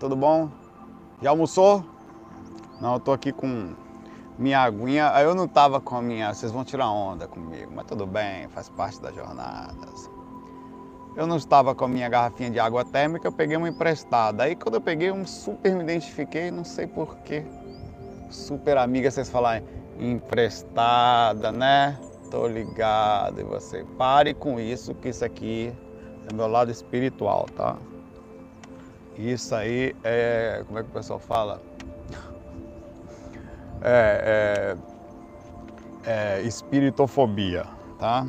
tudo bom? Já almoçou? Não, eu tô aqui com minha aguinha. Aí eu não tava com a minha... Vocês vão tirar onda comigo, mas tudo bem, faz parte das jornadas. Eu não estava com a minha garrafinha de água térmica, eu peguei uma emprestada. Aí quando eu peguei, super me identifiquei, não sei porquê. Super amiga, vocês falarem emprestada, né? Tô ligado. E você, pare com isso, que isso aqui é meu lado espiritual, tá? Isso aí é... Como é que o pessoal fala? É espiritofobia, tá?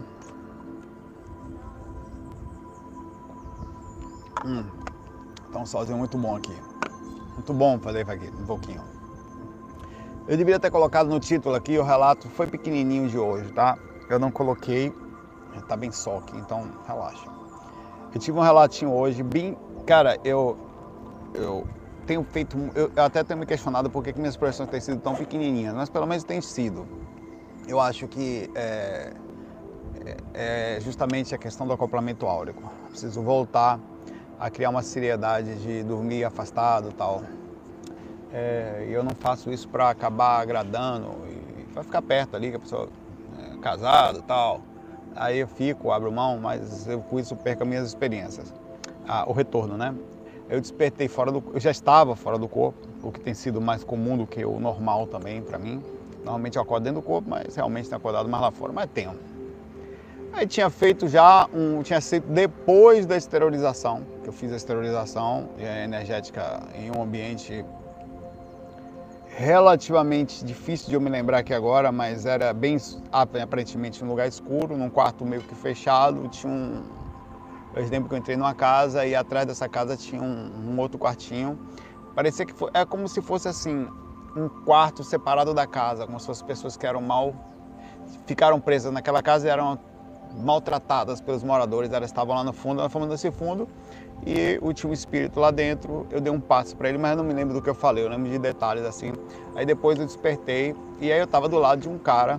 Tá um solzinho muito bom aqui. Muito bom fazer isso aqui, um pouquinho. Eu deveria ter colocado no título aqui, o relato foi pequenininho de hoje, tá? Eu não coloquei, tá bem sol aqui, então relaxa. Eu tive um relatinho hoje, bem... Cara, eu tenho feito... Eu até tenho me questionado por que minhas expressões têm sido tão pequenininhas, mas pelo menos tem sido. Eu acho que é justamente a questão do acoplamento áurico. Preciso voltar a criar uma seriedade de dormir afastado e tal. E eu não faço isso para acabar agradando e vai ficar perto ali, que a pessoa é casada e tal. Aí eu fico, abro mão, mas eu com isso perco as minhas experiências. O retorno, né? Eu despertei eu já estava fora do corpo, o que tem sido mais comum do que o normal também para mim. Normalmente eu acordo dentro do corpo, mas realmente tenho acordado mais lá fora, mas tenho. Aí tinha feito tinha sido depois da esterilização, que eu fiz a esterilização energética em um ambiente relativamente difícil de eu me lembrar aqui agora, mas era bem, aparentemente, um lugar escuro, num quarto meio que fechado. Eu lembro que eu entrei numa casa e atrás dessa casa tinha um outro quartinho. Parecia que é como se fosse assim, um quarto separado da casa, como se fossem pessoas que ficaram presas naquela casa e eram maltratadas pelos moradores. Elas estavam lá no fundo, nós fomos nesse fundo e tinha um espírito lá dentro. Eu dei um passo para ele, mas eu não me lembro do que eu falei, eu lembro de detalhes assim. Aí depois eu despertei e aí eu estava do lado de um cara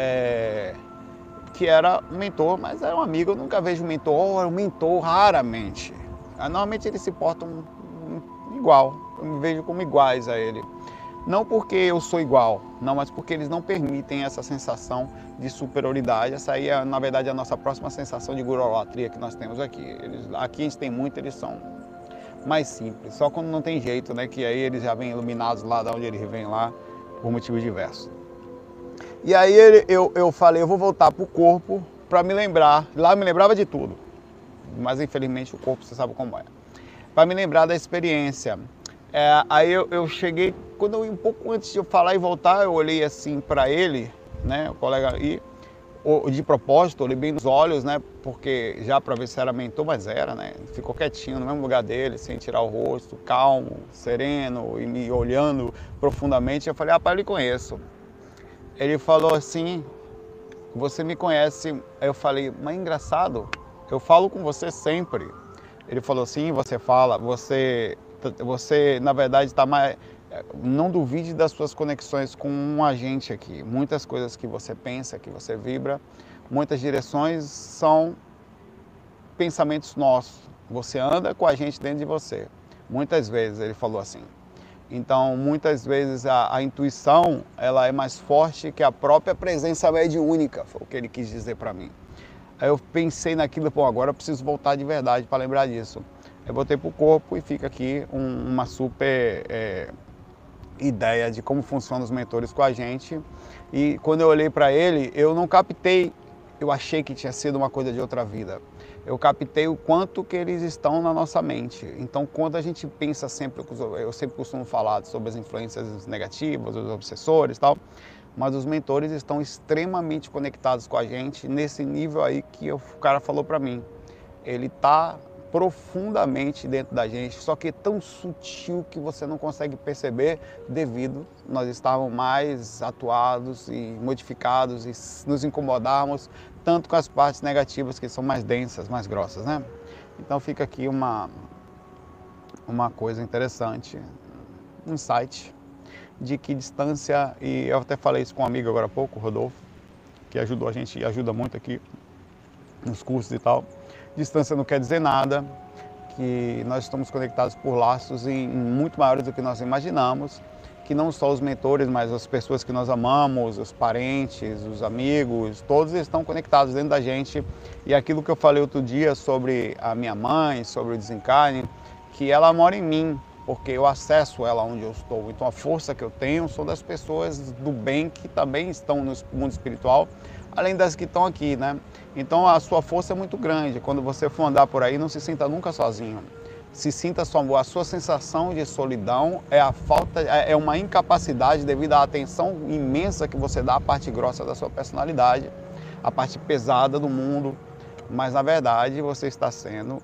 que era um mentor, mas era um amigo. Eu nunca vejo um mentor, um mentor raramente. Normalmente eles se portam igual, eu me vejo como iguais a ele. Não porque eu sou igual, não, mas porque eles não permitem essa sensação de superioridade. Essa aí é, na verdade, a nossa próxima sensação de gurolatria que nós temos aqui. Aqui a gente tem muito, eles são mais simples. Só quando não tem jeito, né, que aí eles já vêm iluminados lá de onde eles vêm lá, por motivos diversos. E aí eu falei, eu vou voltar pro corpo para me lembrar. Lá eu me lembrava de tudo, mas infelizmente o corpo, você sabe como é. Para me lembrar da experiência. Aí eu cheguei, um pouco antes de eu falar e voltar, eu olhei assim para ele, né, o colega, e de propósito, olhei bem nos olhos, né, porque já para ver se era mentor, mas era, né, ficou quietinho no mesmo lugar dele, sem tirar o rosto, calmo, sereno e me olhando profundamente. Eu falei, rapaz, eu lhe conheço. Ele falou assim, você me conhece? Aí eu falei, mas engraçado, eu falo com você sempre. Ele falou, sim, você fala, você na verdade está mais... Não duvide das suas conexões com um agente aqui. Muitas coisas que você pensa, que você vibra, muitas direções são pensamentos nossos. Você anda com a gente dentro de você. Muitas vezes, ele falou assim. Então, muitas vezes a intuição, ela é mais forte que a própria presença mediúnica, foi o que ele quis dizer para mim. Aí eu pensei naquilo, pô, agora eu preciso voltar de verdade para lembrar disso. Eu voltei para o corpo e fica aqui uma super ideia de como funcionam os mentores com a gente. E quando eu olhei para ele, eu não captei, eu achei que tinha sido uma coisa de outra vida. Eu captei o quanto que eles estão na nossa mente. Então, quando a gente pensa sempre, eu sempre costumo falar sobre as influências negativas, os obsessores e tal, mas os mentores estão extremamente conectados com a gente nesse nível aí que o cara falou para mim. Ele está profundamente dentro da gente, só que é tão sutil que você não consegue perceber devido nós estarmos mais atuados e modificados e nos incomodarmos tanto com as partes negativas que são mais densas, mais grossas, né? Então fica aqui uma coisa interessante, um insight de que distância, e eu até falei isso com um amigo agora há pouco, o Rodolfo, que ajudou a gente e ajuda muito aqui nos cursos e tal. Distância não quer dizer nada, que nós estamos conectados por laços muito maiores do que nós imaginamos, que não só os mentores, mas as pessoas que nós amamos, os parentes, os amigos, todos estão conectados dentro da gente. E aquilo que eu falei outro dia sobre a minha mãe, sobre o desencarne, que ela mora em mim, porque eu acesso ela onde eu estou. Então a força que eu tenho são das pessoas do bem que também estão no mundo espiritual, além das que estão aqui, né? Então a sua força é muito grande. Quando você for andar por aí, não se sinta nunca sozinho. Se sinta só, a sua sensação de solidão é uma incapacidade devido à atenção imensa que você dá à parte grossa da sua personalidade, à parte pesada do mundo, mas na verdade você está sendo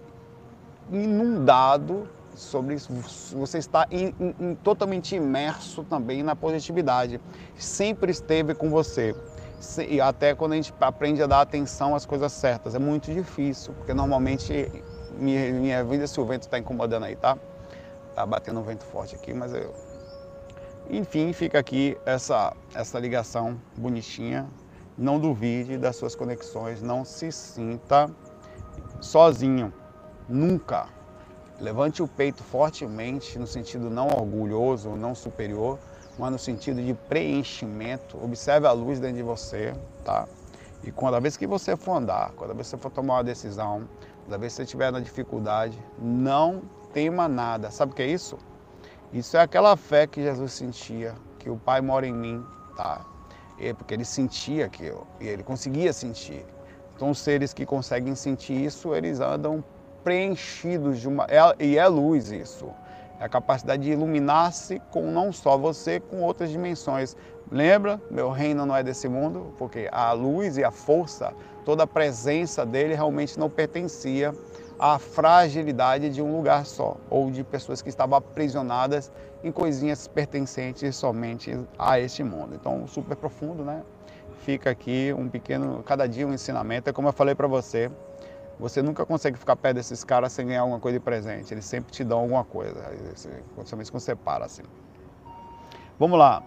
inundado sobre isso, você está totalmente imerso também na positividade, sempre esteve com você. E até quando a gente aprende a dar atenção às coisas certas, é muito difícil, porque normalmente minha vida, se o vento está incomodando aí, tá? Tá batendo um vento forte aqui, mas eu... Enfim, fica aqui essa ligação bonitinha. Não duvide das suas conexões, não se sinta sozinho, nunca. Levante o peito fortemente, no sentido não orgulhoso, não superior, mas no sentido de preenchimento. Observe a luz dentro de você, tá? E cada vez que você for andar, cada vez que você for tomar uma decisão, cada vez que você estiver na dificuldade, não tema nada. Sabe o que é isso? Isso é aquela fé que Jesus sentia, que o Pai mora em mim, tá? Porque ele sentia aquilo, e ele conseguia sentir. Então os seres que conseguem sentir isso, eles andam preenchidos de uma... E é luz isso. É a capacidade de iluminar-se com não só você, com outras dimensões. Lembra? Meu reino não é desse mundo, porque a luz e a força, toda a presença dele realmente não pertencia à fragilidade de um lugar só, ou de pessoas que estavam aprisionadas em coisinhas pertencentes somente a este mundo. Então, super profundo, né? Fica aqui um pequeno, cada dia um ensinamento. É como eu falei para você, você nunca consegue ficar perto desses caras sem ganhar alguma coisa de presente. Eles sempre te dão alguma coisa, principalmente quando você para assim. Vamos lá.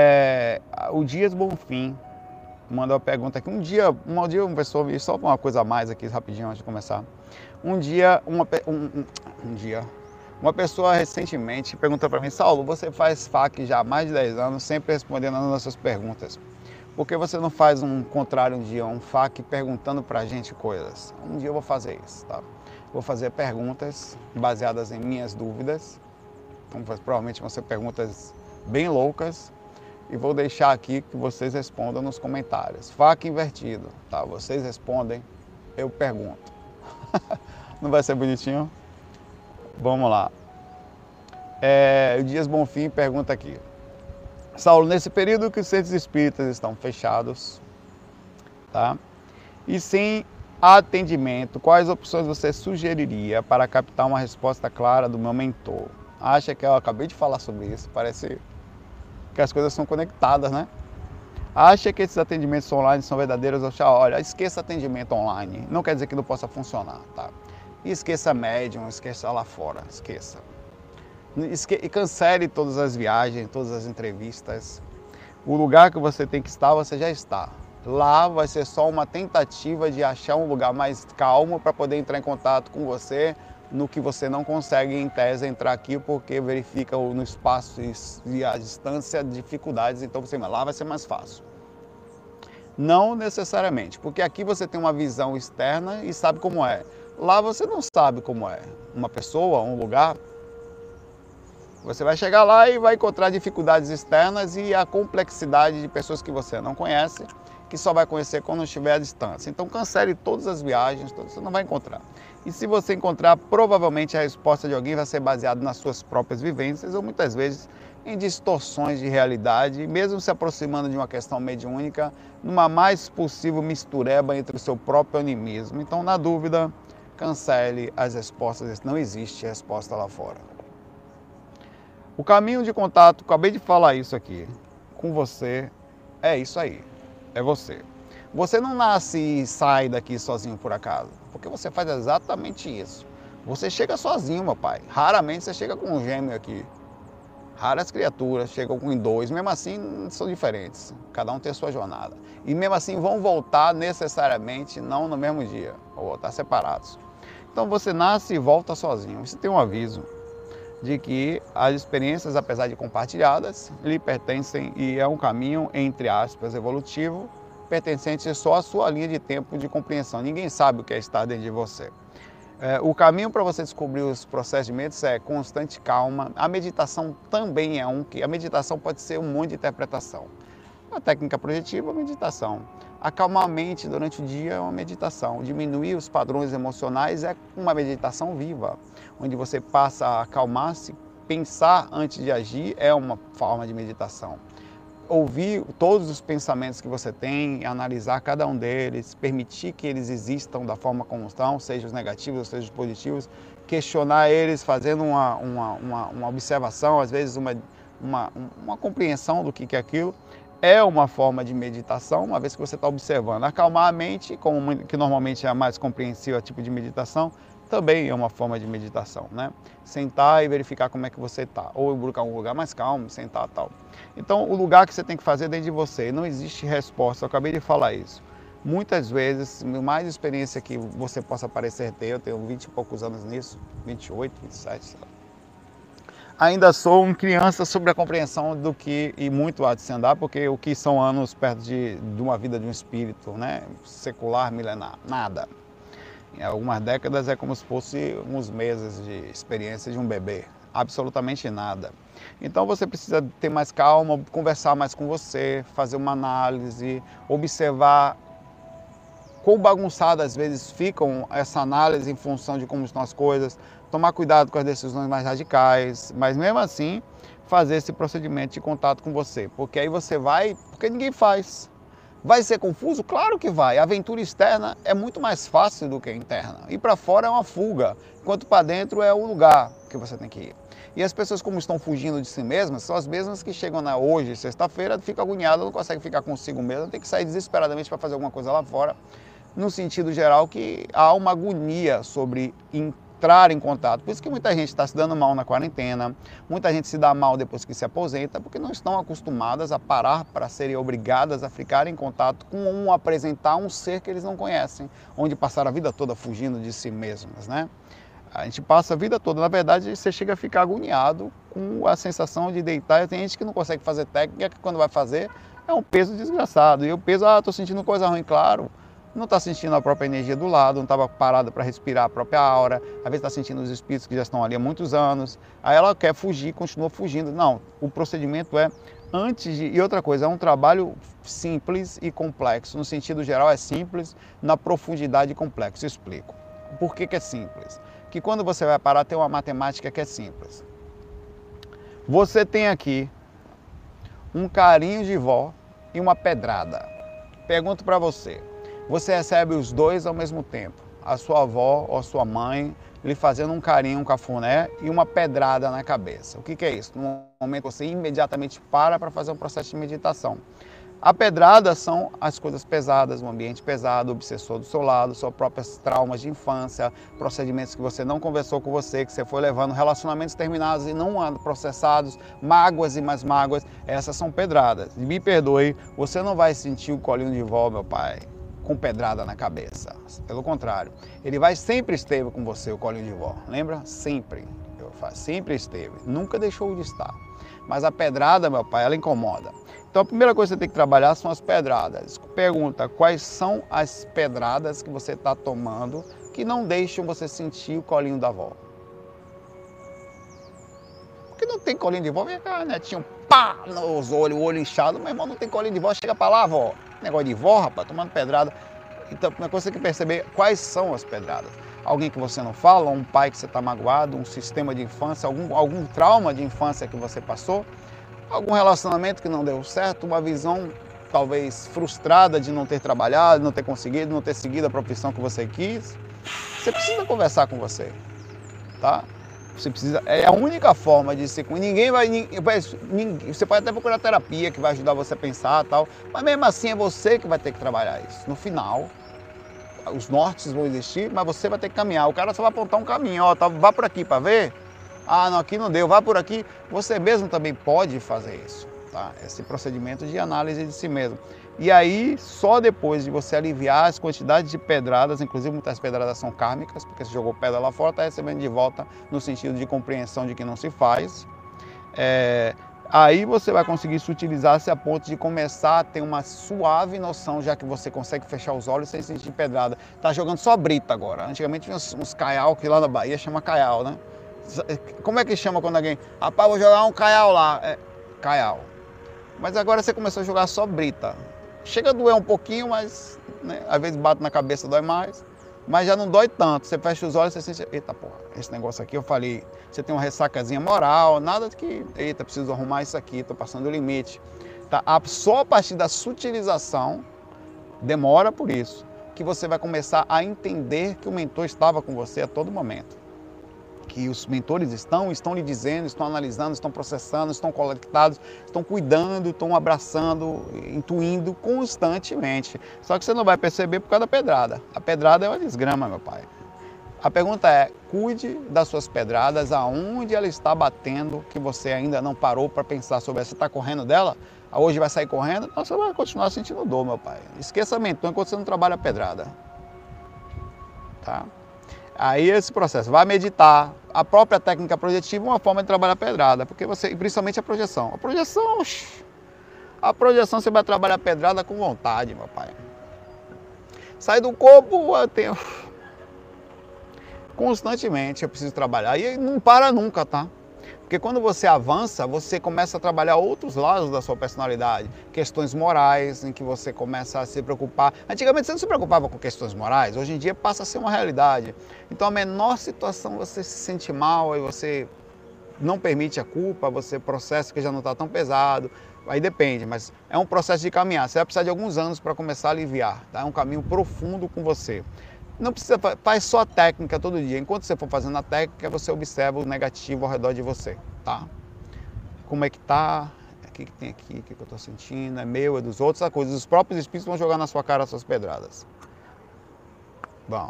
O Dias Bonfim mandou uma pergunta aqui. Um dia uma pessoa, só uma coisa a mais aqui rapidinho antes de começar. Uma pessoa recentemente perguntou para mim: Saulo, você faz FAQ já há mais de 10 anos, sempre respondendo as nossas perguntas. Por que você não faz um contrário um dia, um FAQ perguntando para a gente coisas? Um dia eu vou fazer isso, tá? Vou fazer perguntas baseadas em minhas dúvidas. Então, provavelmente vão ser perguntas bem loucas. E vou deixar aqui que vocês respondam nos comentários. FAQ invertido, tá? Vocês respondem, eu pergunto. Não vai ser bonitinho? Vamos lá. O Dias Bonfim pergunta aqui: Saulo, nesse período que os centros espíritas estão fechados, tá? E sem atendimento, quais opções você sugeriria para captar uma resposta clara do meu mentor? Acha que eu acabei de falar sobre isso? Parece que as coisas são conectadas, né? Acha que esses atendimentos online são verdadeiros? Olha, esqueça atendimento online. Não quer dizer que não possa funcionar, tá? E esqueça médium, esqueça lá fora, esqueça. E cancele todas as viagens, todas as entrevistas. O lugar que você tem que estar, você já está. Lá vai ser só uma tentativa de achar um lugar mais calmo para poder entrar em contato com você, no que você não consegue, em tese, entrar aqui, porque verifica no espaço e a distância dificuldades, então você lá vai ser mais fácil. Não necessariamente, porque aqui você tem uma visão externa e sabe como é. Lá você não sabe como é. Uma pessoa, um lugar, você vai chegar lá e vai encontrar dificuldades externas e a complexidade de pessoas que você não conhece, que só vai conhecer quando estiver à distância. Então cancele todas as viagens, você não vai encontrar. E se você encontrar, provavelmente a resposta de alguém vai ser baseada nas suas próprias vivências ou muitas vezes em distorções de realidade, mesmo se aproximando de uma questão mediúnica, numa mais possível mistureba entre o seu próprio animismo. Então, na dúvida, cancele as respostas, não existe resposta lá fora. O caminho de contato, acabei de falar isso aqui, com você, é isso aí, é você. Você não nasce e sai daqui sozinho por acaso, porque você faz exatamente isso. Você chega sozinho, meu pai. Raramente você chega com um gêmeo aqui. Raras criaturas chegam com dois, mesmo assim são diferentes. Cada um tem a sua jornada. E mesmo assim vão voltar necessariamente, não no mesmo dia, vão voltar separados. Então você nasce e volta sozinho. Você tem um aviso de que as experiências, apesar de compartilhadas, lhe pertencem e é um caminho, entre aspas, evolutivo, pertencente só à sua linha de tempo de compreensão. Ninguém sabe o que é estar dentro de você. O caminho para você descobrir os procedimentos é constante calma. A meditação também é a meditação pode ser um monte de interpretação. A técnica projetiva é uma meditação. Acalmar a mente durante o dia é uma meditação. Diminuir os padrões emocionais é uma meditação viva, onde você passa a acalmar-se, pensar antes de agir é uma forma de meditação. Ouvir todos os pensamentos que você tem, analisar cada um deles, permitir que eles existam da forma como estão, sejam os negativos, sejam os positivos, questionar eles, fazendo uma observação, às vezes uma compreensão do que é aquilo, é uma forma de meditação, uma vez que você está observando. Acalmar a mente, que normalmente é a mais compreensiva tipo de meditação, também é uma forma de meditação, né? Sentar e verificar como é que você está, ou buscar um lugar mais calmo, sentar e tal. Então, o lugar que você tem que fazer é dentro de você, não existe resposta, eu acabei de falar isso. Muitas vezes, mais experiência que você possa parecer ter, eu tenho 20 e poucos anos nisso, 28, 27, sei lá. Ainda sou uma criança sobre a compreensão do que, e muito há de se andar, porque o que são anos perto de uma vida de um espírito, né? Secular, milenar, nada. Em algumas décadas é como se fosse uns meses de experiência de um bebê, absolutamente nada. Então você precisa ter mais calma, conversar mais com você, fazer uma análise, observar quão bagunçadas às vezes ficam essa análise em função de como estão as coisas, tomar cuidado com as decisões mais radicais, mas mesmo assim fazer esse procedimento de contato com você, porque aí você vai, porque ninguém faz. Vai ser confuso? Claro que vai. A aventura externa é muito mais fácil do que a interna. Ir para fora é uma fuga, enquanto para dentro é o lugar que você tem que ir. E as pessoas, como estão fugindo de si mesmas, são as mesmas que chegam hoje, sexta-feira, ficam agoniadas, não conseguem ficar consigo mesmo, tem que sair desesperadamente para fazer alguma coisa lá fora, no sentido geral que há uma agonia sobre entrar em contato. Por isso que muita gente está se dando mal na quarentena, muita gente se dá mal depois que se aposenta, porque não estão acostumadas a parar para serem obrigadas a ficar em contato com apresentar um ser que eles não conhecem, onde passaram a vida toda fugindo de si mesmas, né? A gente passa a vida toda, na verdade, você chega a ficar agoniado com a sensação de deitar. Tem gente que não consegue fazer técnica, que quando vai fazer é um peso desgraçado. E o peso, estou sentindo coisa ruim, claro. Não está sentindo a própria energia do lado, não estava parada para respirar a própria aura, às vezes está sentindo os espíritos que já estão ali há muitos anos, aí ela quer fugir, continua fugindo. Não, o procedimento é antes de... E outra coisa, é um trabalho simples e complexo, no sentido geral é simples, na profundidade complexo. Explico. Por que é simples? Que quando você vai parar tem uma matemática que é simples. Você tem aqui um carinho de vó e uma pedrada. Pergunto para você. Você recebe os dois ao mesmo tempo, a sua avó ou a sua mãe lhe fazendo um carinho, um cafuné e uma pedrada na cabeça. O que é isso? No momento você imediatamente para fazer um processo de meditação. A pedrada são as coisas pesadas, o ambiente pesado, o obsessor do seu lado, seus próprios traumas de infância, procedimentos que você não conversou com você, que você foi levando, relacionamentos terminados e não processados, mágoas e mais mágoas, essas são pedradas. Me perdoe, você não vai sentir o colinho de vó, meu pai, com pedrada na cabeça. Pelo contrário, ele sempre esteve com você, o colinho de vó. Lembra? Sempre. Sempre esteve. Nunca deixou de estar. Mas a pedrada, meu pai, ela incomoda. Então a primeira coisa que você tem que trabalhar são as pedradas. Pergunta, quais são as pedradas que você está tomando que não deixam você sentir o colinho da vó? Porque não tem colinho de vó, vem cá, netinho, pá, nos olhos, o olho inchado, meu irmão, não tem colinho de vó, chega pra lá, vó. Negócio de vó, rapaz, tomando pedrada. Então, a primeira coisa que você tem que perceber quais são as pedradas. Alguém que você não fala, um pai que você está magoado, um sistema de infância, algum trauma de infância que você passou, algum relacionamento que não deu certo, uma visão talvez frustrada de não ter trabalhado, não ter conseguido, não ter seguido a profissão que você quis. Você precisa conversar com você, tá? Você precisa, é a única forma de ser com ninguém você pode até procurar terapia que vai ajudar você a pensar e tal, mas mesmo assim é você que vai ter que trabalhar isso. No final, os nortes vão existir, mas você vai ter que caminhar. O cara só vai apontar um caminho, ó, vá por aqui para ver. Ah, não, aqui não deu, vá por aqui. Você mesmo também pode fazer isso. tá? Esse procedimento de análise de si mesmo. E aí, só depois de você aliviar as quantidades de pedradas, inclusive muitas pedradas são kármicas, porque você jogou pedra lá fora, está recebendo de volta no sentido de compreensão de que não se faz. Aí você vai conseguir se utilizar-se a ponto de começar a ter uma suave noção, já que você consegue fechar os olhos sem sentir pedrada. Tá jogando só brita agora. Antigamente tinha uns caial, que lá na Bahia chama caial, né? Como é que chama quando alguém... Rapaz, vou jogar um caial lá. Caial. Mas agora você começou a jogar só brita. Chega a doer um pouquinho, mas né, às vezes bate na cabeça, dói mais. Mas já não dói tanto. Você fecha os olhos e você sente, eita porra, esse negócio aqui eu falei, você tem uma ressacazinha moral, nada de que, eita, preciso arrumar isso aqui, estou passando o limite. Tá? Só a partir da sutilização, demora por isso, que você vai começar a entender que o mentor estava com você a todo momento. Que os mentores estão lhe dizendo, estão analisando, estão processando, estão conectados, estão cuidando, estão abraçando, intuindo constantemente. Só que você não vai perceber por causa da pedrada. A pedrada é uma desgrama, meu pai. A pergunta é, cuide das suas pedradas, aonde ela está batendo, que você ainda não parou para pensar sobre ela. Você está correndo dela? Hoje vai sair correndo? Então você vai continuar sentindo dor, meu pai. Esqueça mentor enquanto você não trabalha a pedrada. Tá? Aí esse processo, vai meditar, a própria técnica projetiva é uma forma de trabalhar a pedrada, porque você, principalmente a projeção. A projeção você vai trabalhar a pedrada com vontade, meu pai. Sai do corpo, eu tenho... Constantemente eu preciso trabalhar, e não para nunca, tá? Porque quando você avança, você começa a trabalhar outros lados da sua personalidade. Questões morais, em que você começa a se preocupar. Antigamente você não se preocupava com questões morais, hoje em dia passa a ser uma realidade. Então a menor situação você se sente mal e você não permite a culpa, você processa que já não está tão pesado. Aí depende, mas é um processo de caminhar. Você vai precisar de alguns anos para começar a aliviar, tá? É um caminho profundo com você. Não precisa, faz só a técnica todo dia. Enquanto você for fazendo a técnica, você observa o negativo ao redor de você, tá? Como é que tá? O que tem aqui? O que eu tô sentindo? É meu, é dos outros, essa coisa. Os próprios espíritos vão jogar na sua cara as suas pedradas. Bom,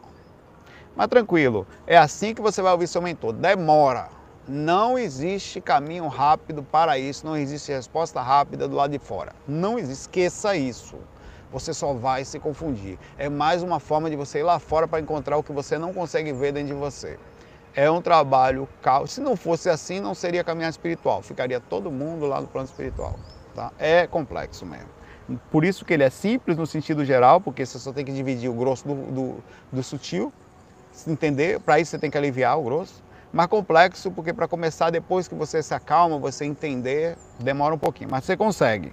mas tranquilo. É assim que você vai ouvir seu mentor. Demora. Não existe caminho rápido para isso. Não existe resposta rápida do lado de fora. Não existe. Esqueça isso. Você só vai se confundir. É mais uma forma de você ir lá fora para encontrar o que você não consegue ver dentro de você. É um trabalho calmo. Se não fosse assim, não seria caminhar espiritual. Ficaria todo mundo lá no plano espiritual. Tá? É complexo mesmo. Por isso que ele é simples no sentido geral, porque você só tem que dividir o grosso do sutil. Entender, para isso você tem que aliviar o grosso. Mas complexo, porque para começar, depois que você se acalma, você entender, demora um pouquinho. Mas você consegue.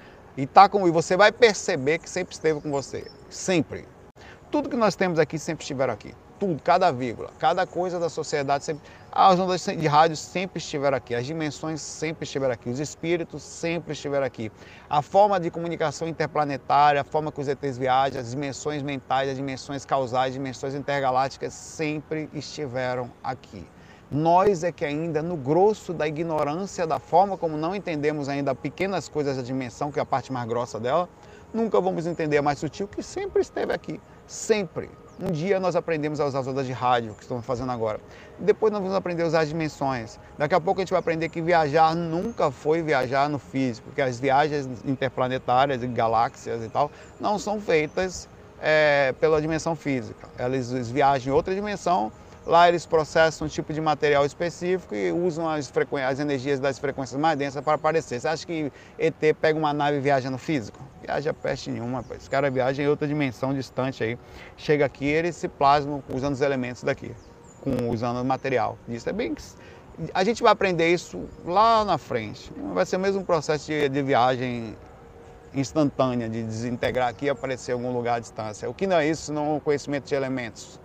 E você vai perceber que sempre esteve com você. Sempre. Tudo que nós temos aqui sempre estiveram aqui. Tudo, cada vírgula, cada coisa da sociedade sempre. As ondas de rádio sempre estiveram aqui. As dimensões sempre estiveram aqui. Os espíritos sempre estiveram aqui. A forma de comunicação interplanetária, a forma que os ETs viajam, as dimensões mentais, as dimensões causais, as dimensões intergalácticas sempre estiveram aqui. Nós é que ainda, no grosso da ignorância, da forma como não entendemos ainda pequenas coisas da dimensão, que é a parte mais grossa dela, nunca vamos entender a mais sutil, que sempre esteve aqui. Sempre. Um dia nós aprendemos a usar as ondas de rádio, que estamos fazendo agora. Depois nós vamos aprender a usar as dimensões. Daqui a pouco a gente vai aprender que viajar nunca foi viajar no físico, porque as viagens interplanetárias, galáxias e tal, não são feitas pela dimensão física. Elas viajam em outra dimensão. Lá eles processam um tipo de material específico e usam as energias das frequências mais densas para aparecer. Você acha que ET pega uma nave e viaja no físico? Viaja peste nenhuma, rapaz. Os caras viajam em outra dimensão distante aí. Chega aqui, eles se plasmam usando os elementos daqui, usando o material. Isso é bem... A gente vai aprender isso lá na frente. Vai ser o mesmo processo de viagem instantânea, de desintegrar aqui e aparecer em algum lugar à distância. O que não é isso, senão o conhecimento de elementos.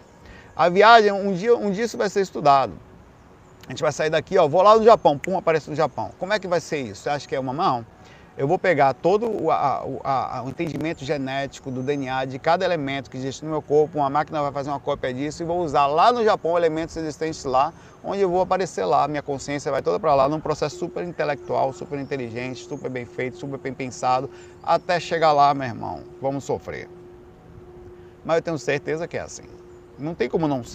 A viagem, um dia isso vai ser estudado. A gente vai sair daqui, ó, vou lá no Japão, pum, aparece no Japão. Como é que vai ser isso? Você acha que é uma mão? Eu vou pegar todo o entendimento genético do DNA de cada elemento que existe no meu corpo, uma máquina vai fazer uma cópia disso e vou usar lá no Japão elementos existentes lá, onde eu vou aparecer lá, minha consciência vai toda para lá, num processo super intelectual, super inteligente, super bem feito, super bem pensado, até chegar lá, meu irmão, vamos sofrer. Mas eu tenho certeza que é assim. Não tem como não ser.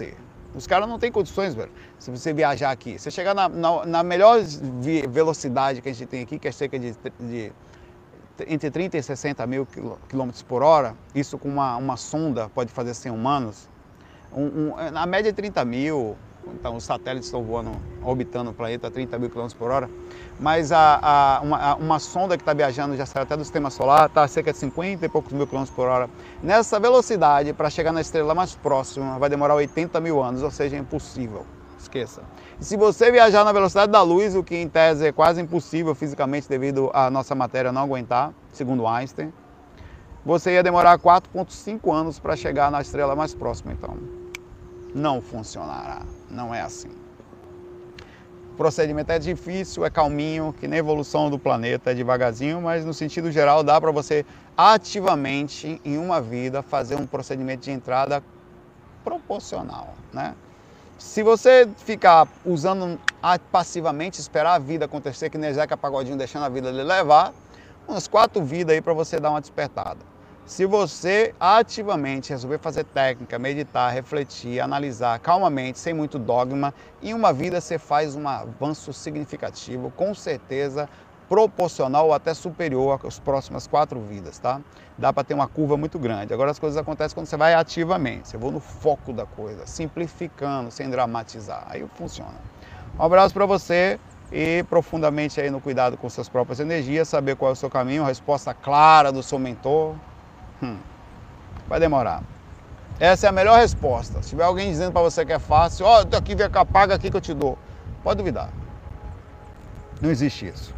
Os caras não têm condições, velho, se você viajar aqui. Você chegar na melhor velocidade que a gente tem aqui, que é cerca de entre 30 e 60 mil quilômetros por hora, isso com uma sonda pode fazer 100 humanos, na média é 30 mil, então os satélites estão voando, orbitando o planeta a 30 mil quilômetros por hora, mas uma sonda que está viajando, já saiu até do sistema solar, está a cerca de 50 e poucos mil quilômetros por hora. Nessa velocidade, para chegar na estrela mais próxima, vai demorar 80 mil anos, ou seja, é impossível. Esqueça. E se você viajar na velocidade da luz, o que em tese é quase impossível fisicamente devido à nossa matéria não aguentar, segundo Einstein, você ia demorar 4,5 anos para chegar na estrela mais próxima. Então, não funcionará. Não é assim. O procedimento é difícil, é calminho, que nem a evolução do planeta, é devagarzinho, mas no sentido geral dá para você ativamente, em uma vida, fazer um procedimento de entrada proporcional, né? Se você ficar usando passivamente, esperar a vida acontecer, que nem Zeca Pagodinho deixando a vida lhe levar, umas 4 vidas aí para você dar uma despertada. Se você ativamente resolver fazer técnica, meditar, refletir, analisar calmamente, sem muito dogma, em uma vida você faz um avanço significativo, com certeza proporcional ou até superior às próximas 4 vidas, tá? Dá para ter uma curva muito grande. Agora as coisas acontecem quando você vai ativamente, você vai no foco da coisa, simplificando, sem dramatizar, aí funciona. Um abraço para você e profundamente aí no cuidado com suas próprias energias, saber qual é o seu caminho, a resposta clara do seu mentor, vai demorar. Essa é a melhor resposta. Se tiver alguém dizendo para você que é fácil, ó, tô aqui, vem cá, paga aqui que eu te dou. Pode duvidar. Não existe isso.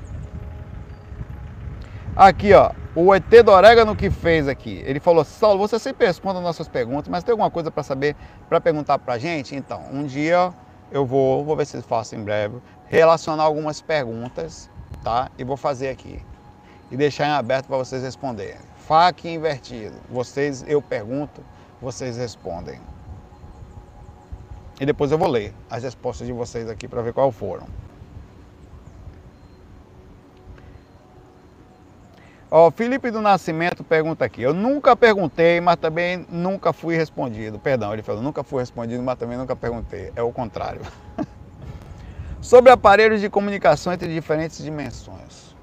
Aqui, ó, o ET do Orégano que fez aqui. Ele falou: Saulo, você sempre responde as nossas perguntas, mas tem alguma coisa para saber, para perguntar pra gente? Então, um dia eu vou ver se faço em breve, relacionar algumas perguntas, tá? E vou fazer aqui. E deixar em aberto para vocês responderem. Faca invertido. Eu pergunto, vocês respondem. E depois eu vou ler as respostas de vocês aqui para ver qual foram. Ó, Felipe do Nascimento pergunta aqui. Eu nunca perguntei, mas também nunca fui respondido. Perdão, ele falou, nunca fui respondido, mas também nunca perguntei. É o contrário. Sobre aparelhos de comunicação entre diferentes dimensões.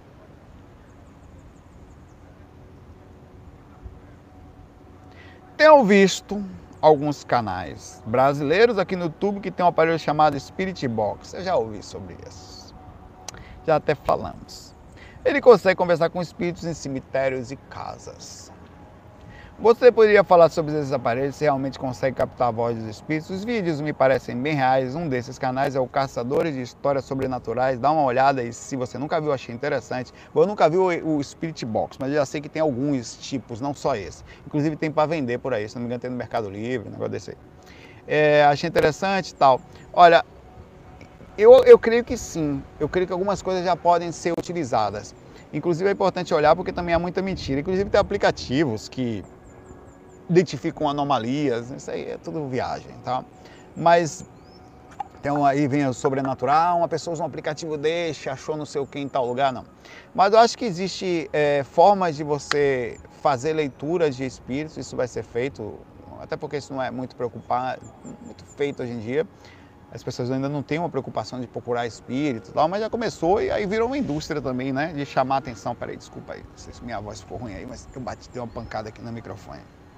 Tenho visto alguns canais brasileiros aqui no YouTube que tem um aparelho chamado Spirit Box. Eu já ouvi sobre isso. Já até falamos. Ele consegue conversar com espíritos em cemitérios e casas. Você poderia falar sobre esses aparelhos, se realmente consegue captar a voz dos espíritos? Os vídeos me parecem bem reais. Um desses canais é o Caçadores de Histórias Sobrenaturais. Dá uma olhada e se você nunca viu, achei interessante. Eu nunca vi o Spirit Box, mas eu já sei que tem alguns tipos, não só esse. Inclusive tem para vender por aí, se não me engano tem no Mercado Livre, um negócio desse aí. Achei interessante e tal. Olha, eu creio que sim. Eu creio que algumas coisas já podem ser utilizadas. Inclusive é importante olhar porque também há muita mentira. Inclusive tem aplicativos que identificam anomalias, isso aí é tudo viagem, tá? Mas então aí vem o sobrenatural, uma pessoa usa um aplicativo desse, achou não sei o que em tal lugar, não. Mas eu acho que existe formas de você fazer leituras de espíritos, isso vai ser feito, até porque isso não é muito preocupado, muito feito hoje em dia. As pessoas ainda não têm uma preocupação de procurar espíritos, tal, mas já começou e aí virou uma indústria também, né? De chamar a atenção. Peraí, desculpa aí, não sei se minha voz ficou ruim aí, mas eu dei uma pancada aqui no microfone.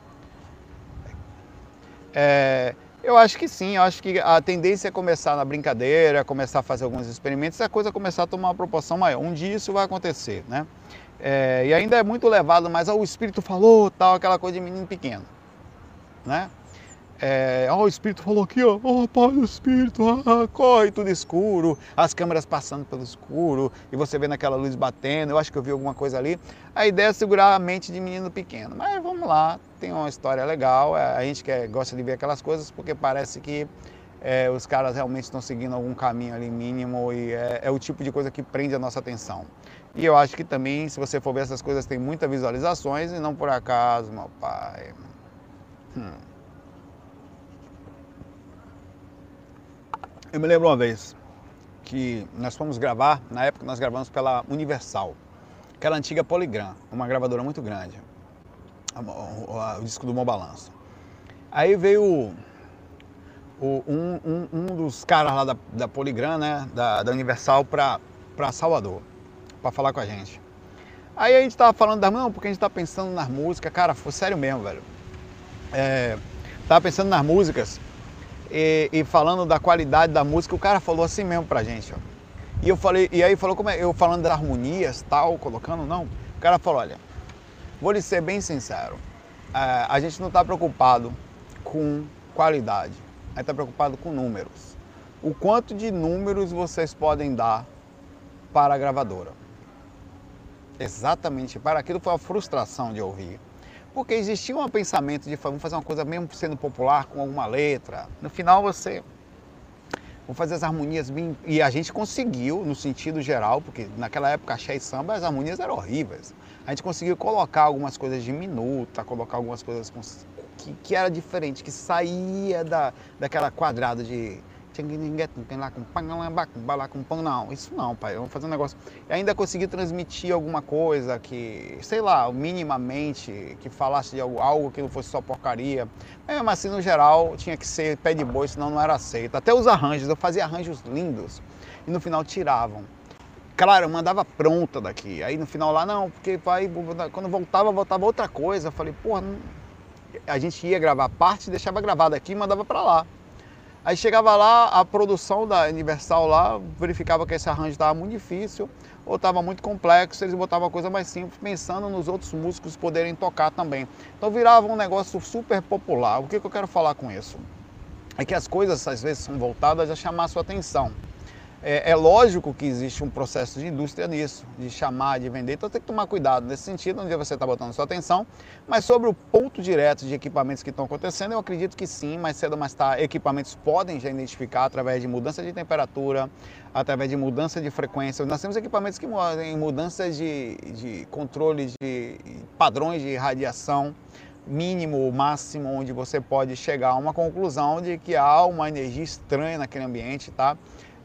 Eu acho que sim, eu acho que a tendência é começar na brincadeira, começar a fazer alguns experimentos, e a coisa começar a tomar uma proporção maior. Um dia isso vai acontecer, né? E ainda é muito levado, mas o espírito falou, tal, aquela coisa de menino pequeno, né? O espírito falou aqui, ó, rapaz, o espírito, corre, tudo escuro, as câmeras passando pelo escuro, e você vendo aquela luz batendo, eu acho que eu vi alguma coisa ali. A ideia é segurar a mente de menino pequeno, mas vamos lá, tem uma história legal, a gente gosta de ver aquelas coisas porque parece que os caras realmente estão seguindo algum caminho ali mínimo e é o tipo de coisa que prende a nossa atenção. E eu acho que também, se você for ver essas coisas, tem muitas visualizações e não por acaso, meu pai. Eu me lembro uma vez que nós fomos gravar, na época nós gravamos pela Universal, aquela antiga Polygram, uma gravadora muito grande, o disco do Bom Balanço. Aí veio um dos caras lá da Polygram, né, da Universal para Salvador, para falar com a gente. Aí a gente tava falando não, porque a gente tá pensando nas músicas, cara, foi sério mesmo, velho. Tava pensando nas músicas e falando da qualidade da música, o cara falou assim mesmo pra gente, ó. E eu falei, e aí falou como é, eu falando das harmonias, tal, colocando, não. O cara falou, olha, vou lhe ser bem sincero, a gente não tá preocupado com qualidade, a gente tá preocupado com números. O quanto de números vocês podem dar para a gravadora. Exatamente, para aquilo foi uma frustração de ouvir. Porque existia um pensamento de vamos fazer uma coisa mesmo sendo popular com alguma letra. No final você... Vou fazer as harmonias bem... E a gente conseguiu, no sentido geral, porque naquela época axé e samba, as harmonias eram horríveis. A gente conseguiu colocar algumas coisas diminutas, colocar algumas coisas que era diferente, que saía daquela quadrada de... Não, isso não, pai, vamos fazer um negócio. E ainda consegui transmitir alguma coisa que, sei lá, minimamente, que falasse de algo que não fosse só porcaria. Mesmo assim, no geral, tinha que ser pé de boi, senão não era aceito. Até os arranjos, eu fazia arranjos lindos e no final tiravam. Claro, eu mandava pronta daqui. Aí no final lá, não, porque quando voltava outra coisa. Eu falei, porra, a gente ia gravar parte, deixava gravado aqui e mandava pra lá. Aí chegava lá, a produção da Universal lá, verificava que esse arranjo estava muito difícil ou estava muito complexo, eles botavam uma coisa mais simples, pensando nos outros músicos poderem tocar também. Então virava um negócio super popular. O que eu quero falar com isso? É que as coisas às vezes são voltadas a chamar a sua atenção. É lógico que existe um processo de indústria nisso, de chamar, de vender, então tem que tomar cuidado nesse sentido, onde você está botando sua atenção. Mas sobre o ponto direto de equipamentos que estão acontecendo, eu acredito que sim, mais cedo ou mais tarde, equipamentos podem já identificar através de mudança de temperatura, através de mudança de frequência. Nós temos equipamentos que em mudanças de controle de padrões de radiação, mínimo ou máximo, onde você pode chegar a uma conclusão de que há uma energia estranha naquele ambiente, tá?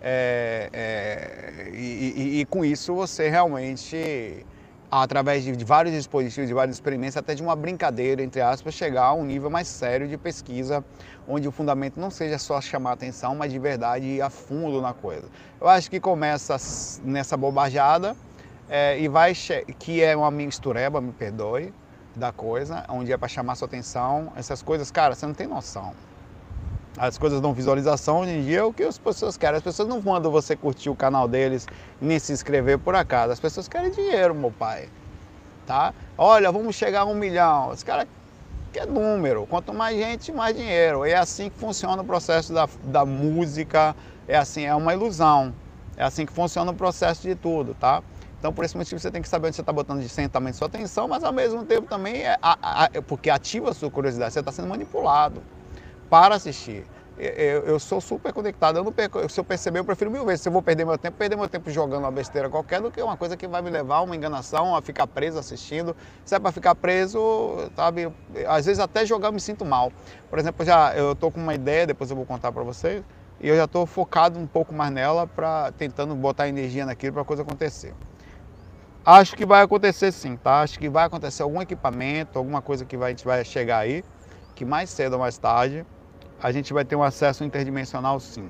E com isso você realmente, através de vários dispositivos, de vários experimentos, até de uma brincadeira, entre aspas, chegar a um nível mais sério de pesquisa, onde o fundamento não seja só chamar a atenção, mas de verdade ir a fundo na coisa. Eu acho que começa nessa bobajada e vai, que é uma mistureba, me perdoe, da coisa, onde é para chamar sua atenção. Essas coisas, cara, você não tem noção. As coisas dão visualização hoje em dia, é o que as pessoas querem. As pessoas não mandam você curtir o canal deles, nem se inscrever por acaso. As pessoas querem dinheiro, meu pai. Tá? Olha, vamos chegar a 1 milhão. Os caras querem número. Quanto mais gente, mais dinheiro. É assim que funciona o processo da música. É assim, é uma ilusão. É assim que funciona o processo de tudo, tá? Então, por esse motivo, você tem que saber onde você está botando também sua atenção, mas ao mesmo tempo também, porque ativa a sua curiosidade. Você está sendo manipulado para assistir. Eu sou super conectado, eu não perco, se eu perceber, eu prefiro 1000 vezes. Se eu vou perder meu tempo jogando uma besteira qualquer, do que uma coisa que vai me levar a uma enganação, a ficar preso assistindo. Se é para ficar preso, sabe, às vezes até jogar eu me sinto mal. Por exemplo, eu tô com uma ideia, depois eu vou contar para vocês, e eu já estou focado um pouco mais nela, tentando botar energia naquilo para a coisa acontecer. Acho que vai acontecer sim, tá? Acho que vai acontecer algum equipamento, alguma coisa que a gente vai chegar aí, que mais cedo ou mais tarde a gente vai ter um acesso interdimensional sim.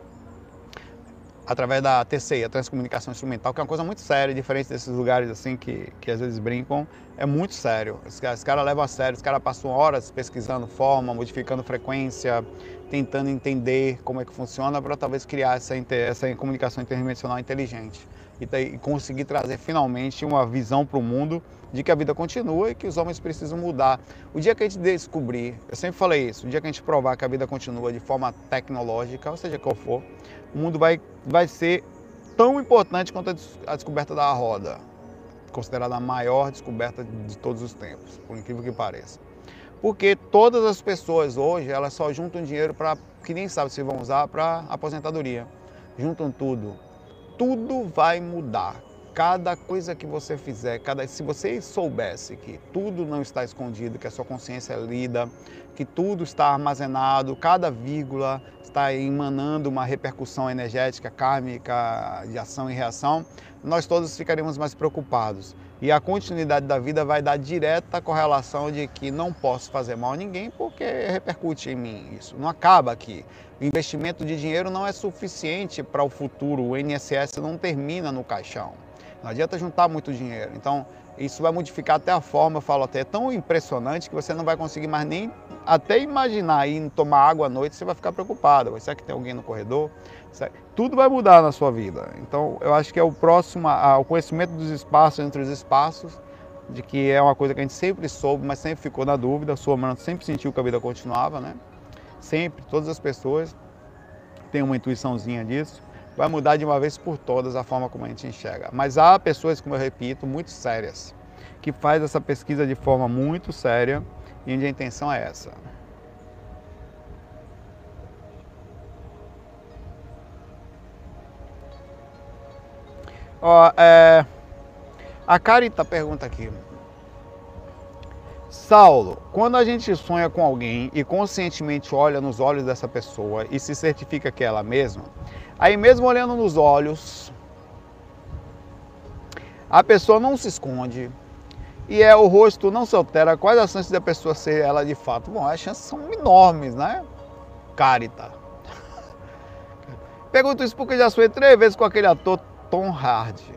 Através da TCI, a transcomunicação instrumental, que é uma coisa muito séria, diferente desses lugares assim que às vezes brincam, é muito sério. Os caras levam a sério, os caras passam horas pesquisando forma, modificando frequência, tentando entender como é que funciona para talvez criar essa comunicação interdimensional inteligente e conseguir trazer finalmente uma visão para o mundo de que a vida continua e que os homens precisam mudar. O dia que a gente descobrir, eu sempre falei isso, o dia que a gente provar que a vida continua de forma tecnológica, ou seja qual for, o mundo vai ser tão importante quanto a descoberta da roda, considerada a maior descoberta de todos os tempos, por incrível que pareça. Porque todas as pessoas hoje, elas só juntam dinheiro que nem sabem se vão usar para aposentadoria. Juntam tudo. Tudo vai mudar. Cada coisa que você fizer, se você soubesse que tudo não está escondido, que a sua consciência é lida, que tudo está armazenado, cada vírgula, está emanando uma repercussão energética, kármica, de ação e reação, nós todos ficaremos mais preocupados. E a continuidade da vida vai dar direta correlação de que não posso fazer mal a ninguém porque repercute em mim isso. Não acaba aqui. O investimento de dinheiro não é suficiente para o futuro. O INSS não termina no caixão. Não adianta juntar muito dinheiro. Então, isso vai modificar até a forma, eu falo até, é tão impressionante que você não vai conseguir mais nem até imaginar ir tomar água à noite, você vai ficar preocupado. Será que tem alguém no corredor? Tudo vai mudar na sua vida. Então, eu acho que é o próximo, o conhecimento dos espaços entre os espaços, de que é uma coisa que a gente sempre soube, mas sempre ficou na dúvida. A sua mãe sempre sentiu que a vida continuava, né? Sempre, todas as pessoas têm uma intuiçãozinha disso. Vai mudar de uma vez por todas a forma como a gente enxerga. Mas há pessoas, como eu repito, muito sérias, que fazem essa pesquisa de forma muito séria e a intenção é essa. Ó, a Carita pergunta aqui. Saulo, quando a gente sonha com alguém e conscientemente olha nos olhos dessa pessoa e se certifica que é ela mesma, aí mesmo olhando nos olhos, a pessoa não se esconde e o rosto não se altera, quais as chances da pessoa ser ela de fato? Bom, as chances são enormes, né? Carita. Pergunto isso porque já sonhei 3 vezes com aquele ator Tom Hardy.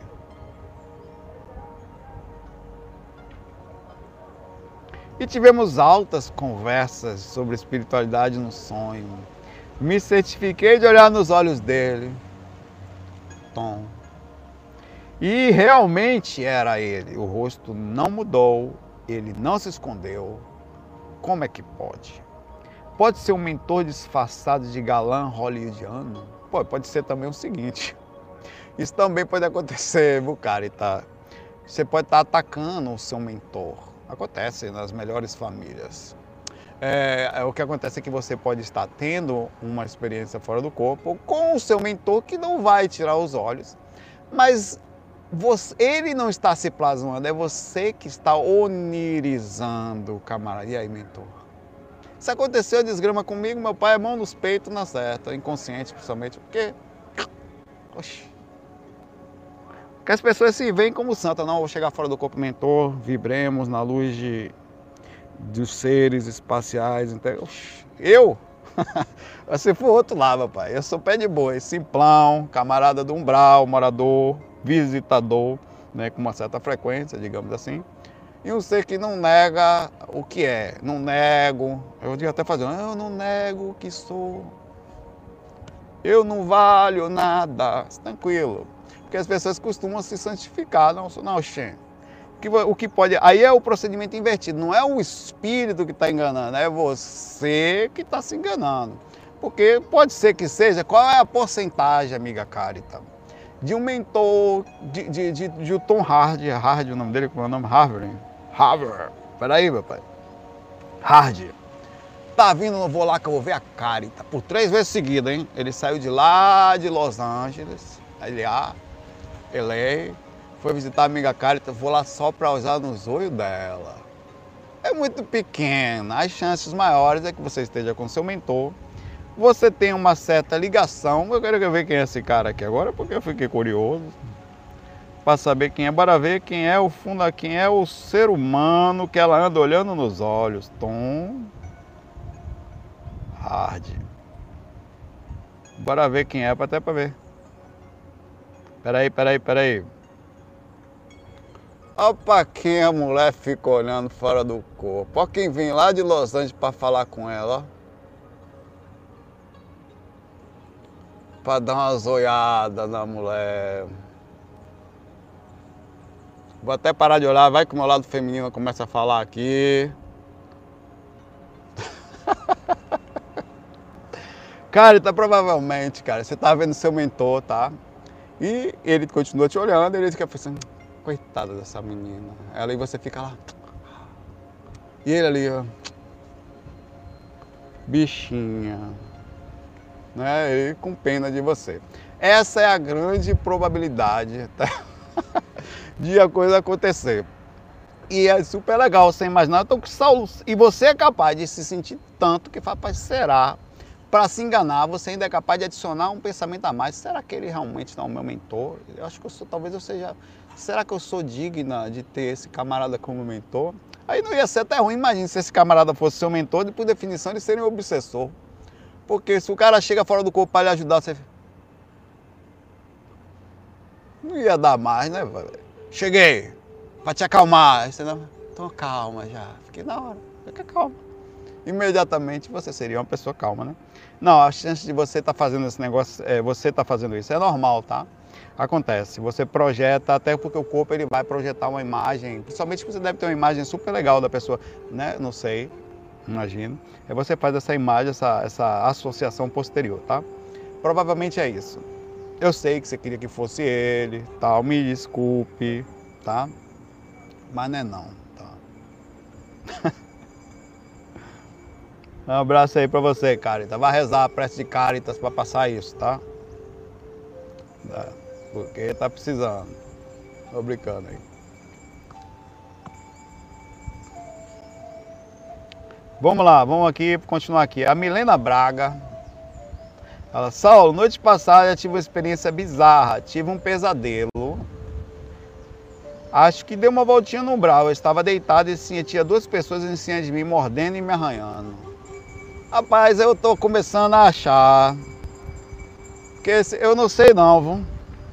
E tivemos altas conversas sobre espiritualidade no sonho. Me certifiquei de olhar nos olhos dele, Tom. E realmente era ele. O rosto não mudou, ele não se escondeu. Como é que pode? Pode ser um mentor disfarçado de galã hollywoodiano? Pode ser também o seguinte. Isso também pode acontecer, viu, Carita? Você pode estar atacando o seu mentor. Acontece nas melhores famílias. O que acontece é que você pode estar tendo uma experiência fora do corpo com o seu mentor que não vai tirar os olhos, mas ele não está se plasmando, é você que está onirizando o camarada. E aí, mentor? Se aconteceu desgrama comigo, meu pai é mão nos peitos na certa, inconsciente principalmente, porque... Oxi. Que as pessoas se veem como santa, não, vou chegar fora do corpo mentor, vibremos na luz dos seres espaciais. Então, eu? Você for outro lá, papai. Eu sou pé de boi, simplão, camarada do umbral, morador, visitador, né, com uma certa frequência, digamos assim. E um ser que não nega o que é, não nego, eu digo até fazendo, eu não nego o que sou, eu não valho nada, tranquilo. Porque as pessoas costumam se santificar, não, Xen. O que pode. Aí é o procedimento invertido, não é o espírito que está enganando, é você que está se enganando. Porque pode ser que seja, qual é a porcentagem, amiga Carita, de um mentor de Tom Hardy, o nome dele, qual é o nome? Harvard. Peraí, meu pai. Hardy. Tá vindo, não vou lá que eu vou ver a Carita. Por 3 vezes seguidas, hein? Ele saiu de lá de Los Angeles, LA, foi visitar a amiga Carita, vou lá só para usar nos olhos dela. É muito pequena, as chances maiores é que você esteja com seu mentor, você tem uma certa ligação. Eu quero ver quem é esse cara aqui agora, porque eu fiquei curioso para saber quem é. Bora ver quem é quem é o ser humano que ela anda olhando nos olhos. Tom Hardy. Bora ver quem é, até para ver. Peraí. Olha pra quem a mulher fica olhando fora do corpo. Olha quem vem lá de Los Angeles para falar com ela, ó. Pra dar uma zoiada na mulher. Vou até parar de olhar, vai que o meu lado feminino começa a falar aqui. Cara, tá provavelmente, cara, você tá vendo seu mentor, tá? E ele continua te olhando, ele fica pensando, coitada dessa menina. Ela e você fica lá. E ele ali, ó. Bichinha. Né? Ele com pena de você. Essa é a grande probabilidade, tá? De a coisa acontecer. E é super legal você imaginar. Então, Saulo, e você é capaz de se sentir tanto que fala, rapaz, será? para se enganar, você ainda é capaz de adicionar um pensamento a mais. Será que ele realmente não é o meu mentor? Eu acho que eu sou, talvez eu seja... Será que eu sou digna de ter esse camarada como mentor? Aí não ia ser até ruim, imagine se esse camarada fosse seu mentor e por definição ele seria um obsessor. Porque se o cara chega fora do corpo para lhe ajudar, você... Não ia dar mais, né, velho? Cheguei, para te acalmar. Aí você não... Então calma já, fiquei na hora, fica calma. Imediatamente você seria uma pessoa calma, né? Não, a chance de você estar fazendo esse negócio, você está fazendo isso, é normal, tá? Acontece, você projeta, até porque o corpo ele vai projetar uma imagem, principalmente que você deve ter uma imagem super legal da pessoa, né? Não sei, imagino. Aí você faz essa imagem, essa associação posterior, tá? Provavelmente é isso. Eu sei que você queria que fosse ele, tal, me desculpe, tá? Mas não é não, tá? Um abraço aí pra você, Caritas. Vai rezar a prece de Caritas pra passar isso, tá? Porque tá precisando. Tô brincando aí. Vamos lá, vamos aqui, continuar aqui. A Milena Braga. Ela, Saulo, noite passada eu tive uma experiência bizarra. Tive um pesadelo. Acho que deu uma voltinha no umbral. Eu estava deitado e tinha duas pessoas em cima de mim, mordendo e me arranhando. Rapaz, eu tô começando a achar que eu não sei não, viu?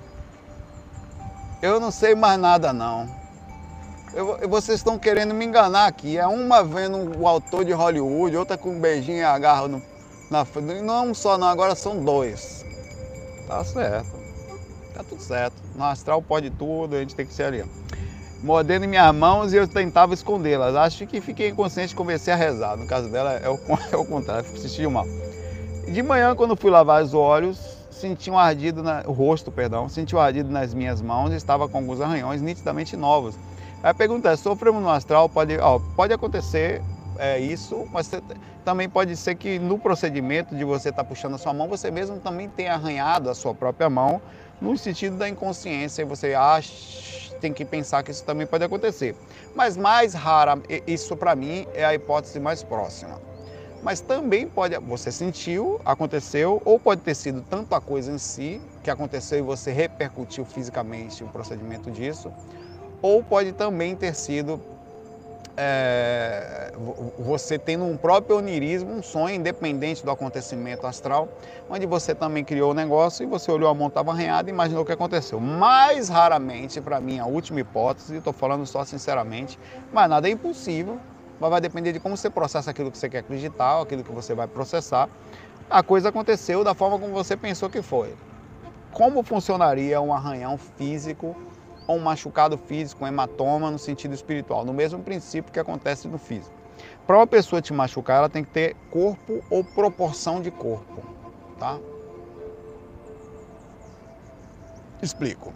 Eu não sei mais nada não. Vocês estão querendo me enganar aqui. É uma vendo o autor de Hollywood, outra com um beijinho e agarra na frente. Não só não, agora são dois. Tá certo. Tá tudo certo. No astral pode tudo, a gente tem que ser ali. Mordendo em minhas mãos e eu tentava escondê-las. Acho que fiquei inconsciente e comecei a rezar. No caso dela é o contrário, sentiu mal. De manhã, quando fui lavar os olhos, senti um ardido, o rosto, perdão, senti um ardido nas minhas mãos e estava com alguns arranhões nitidamente novos. Aí a pergunta é, sofremos no astral? Pode acontecer isso, mas também pode ser que no procedimento de você estar puxando a sua mão, você mesmo também tenha arranhado a sua própria mão, no sentido da inconsciência, e você tem que pensar que isso também pode acontecer. Mas mais rara, isso para mim é a hipótese mais próxima. Mas também você sentiu, aconteceu, ou pode ter sido tanto a coisa em si, que aconteceu e você repercutiu fisicamente o procedimento disso, ou pode também ter sido você tendo um próprio onirismo, um sonho independente do acontecimento astral, onde você também criou o negócio e você olhou a mão, estava arranhada e imaginou o que aconteceu. Mais raramente, para mim, a última hipótese, estou falando só sinceramente, mas nada é impossível, mas vai depender de como você processa aquilo que você quer acreditar, aquilo que você vai processar. A coisa aconteceu da forma como você pensou que foi. Como funcionaria um arranhão físico ou um machucado físico, um hematoma no sentido espiritual, no mesmo princípio que acontece no físico. Para uma pessoa te machucar, ela tem que ter corpo ou proporção de corpo, tá? Explico.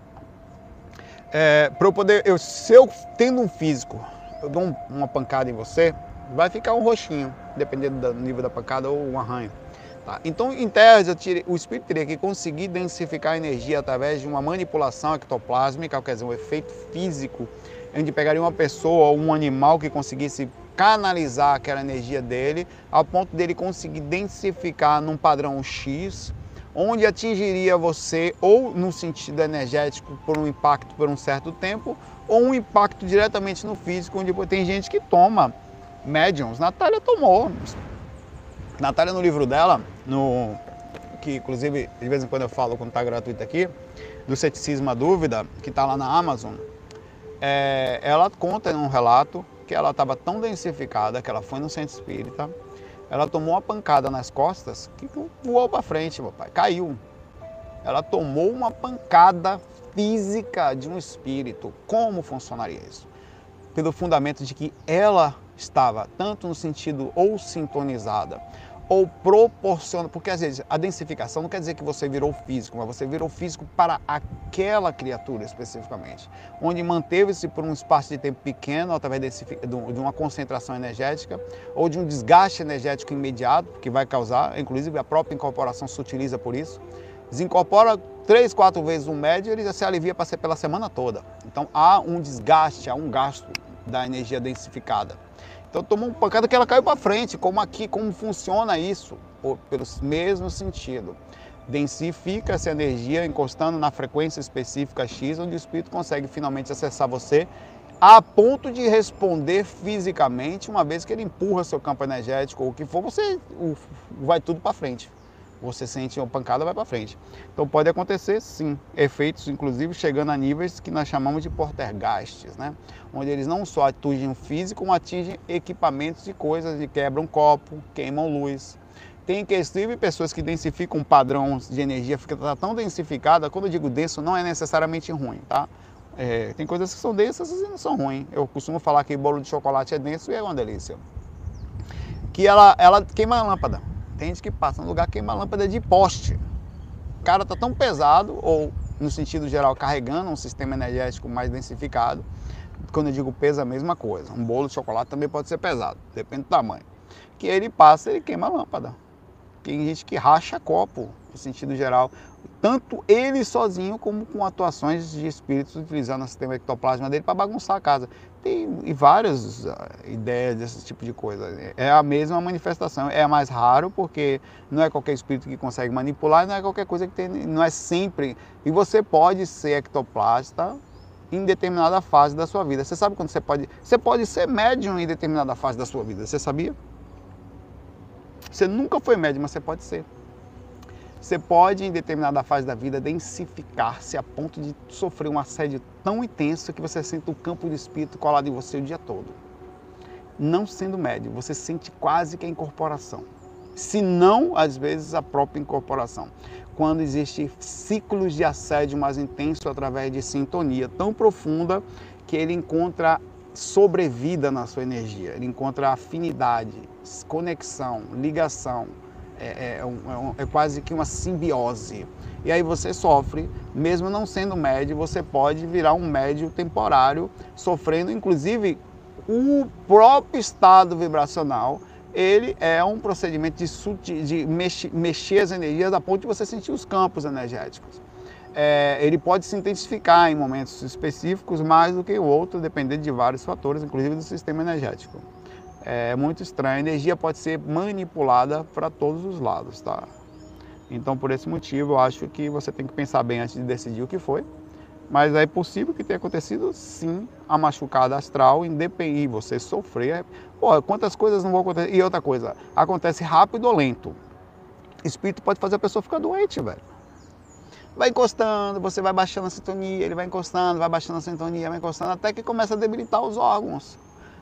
Se eu tendo um físico, eu dou uma pancada em você, vai ficar um roxinho, dependendo do nível da pancada ou um arranho. Tá? Então, em tese, o espírito teria que conseguir densificar a energia através de uma manipulação ectoplásmica, quer dizer, um efeito físico, onde pegaria uma pessoa ou um animal que conseguisse canalizar aquela energia dele, ao ponto dele conseguir densificar num padrão X, onde atingiria você ou no sentido energético por um impacto por um certo tempo, ou um impacto diretamente no físico, onde tem gente que toma médiums. Natália tomou. Natália, no livro dela, que inclusive de vez em quando eu falo quando está gratuito aqui, do Ceticismo à Dúvida, que está lá na Amazon, ela conta em um relato que ela estava tão densificada que ela foi no centro espírita, ela tomou uma pancada nas costas que voou para frente, papai, caiu. Ela tomou uma pancada física de um espírito. Como funcionaria isso? Pelo fundamento de que ela estava tanto no sentido ou sintonizada ou proporciona, porque às vezes a densificação não quer dizer que você virou físico, mas você virou físico para aquela criatura especificamente, onde manteve-se por um espaço de tempo pequeno, através de uma concentração energética ou de um desgaste energético imediato, que vai causar, inclusive a própria incorporação se utiliza por isso, desincorpora 3, 4 vezes um médio, ele já se alivia para ser pela semana toda. Então há um desgaste, há um gasto da energia densificada. Então tomou uma pancada que ela caiu para frente, como aqui, como funciona isso? Pelo mesmo sentido. Densifica essa energia encostando na frequência específica X, onde o espírito consegue finalmente acessar você a ponto de responder fisicamente, uma vez que ele empurra seu campo energético ou o que for, você vai tudo para frente. Você sente uma pancada, vai para frente. Então pode acontecer, sim, efeitos inclusive chegando a níveis que nós chamamos de poltergeists, né? Onde eles não só atingem o físico, como atingem equipamentos e coisas, e quebram copo, queimam luz. Tem inclusive pessoas que densificam um padrão de energia, fica tão densificada, quando eu digo denso não é necessariamente ruim, tá? Tem coisas que são densas e não são ruins. Eu costumo falar que bolo de chocolate é denso e é uma delícia. Que ela queima a lâmpada. Tem gente que passa no lugar, queima a lâmpada de poste. O cara tá tão pesado, ou no sentido geral, carregando um sistema energético mais densificado. Quando eu digo peso, é a mesma coisa. Um bolo de chocolate também pode ser pesado, depende do tamanho. Que ele passa, ele queima a lâmpada. Tem gente que racha copo, no sentido geral. Tanto ele sozinho, como com atuações de espíritos utilizando o sistema ectoplasma dele para bagunçar a casa. Tem várias ideias desse tipo de coisa. É a mesma manifestação. É mais raro, porque não é qualquer espírito que consegue manipular, não é qualquer coisa que tem, não é sempre. E você pode ser ectoplasta em determinada fase da sua vida. Você sabe quando você pode ser médium em determinada fase da sua vida. Você sabia? Você nunca foi médium, mas você pode ser. Você pode, em determinada fase da vida, densificar-se a ponto de sofrer um assédio tão intenso que você sente o campo de espírito colado em você o dia todo. Não sendo médium, você sente quase que a incorporação. Se não, às vezes, a própria incorporação. Quando existem ciclos de assédio mais intenso através de sintonia tão profunda que ele encontra sobrevida na sua energia, ele encontra afinidade, conexão, ligação. É quase que uma simbiose. E aí você sofre, mesmo não sendo médio, você pode virar um médio temporário, sofrendo, inclusive, o próprio estado vibracional. Ele é um procedimento de mexer as energias a ponto de você sentir os campos energéticos. Ele pode se intensificar em momentos específicos mais do que o outro, dependendo de vários fatores, inclusive do sistema energético. É muito estranho. A energia pode ser manipulada para todos os lados, tá? Então, por esse motivo, eu acho que você tem que pensar bem antes de decidir o que foi. Mas é possível que tenha acontecido, sim, a machucada astral, independente, você sofrer. Pô, quantas coisas não vão acontecer? E outra coisa, acontece rápido ou lento. Espírito pode fazer a pessoa ficar doente, velho. Vai encostando, você vai baixando a sintonia, ele vai encostando, vai baixando a sintonia, vai encostando, até que começa a debilitar os órgãos.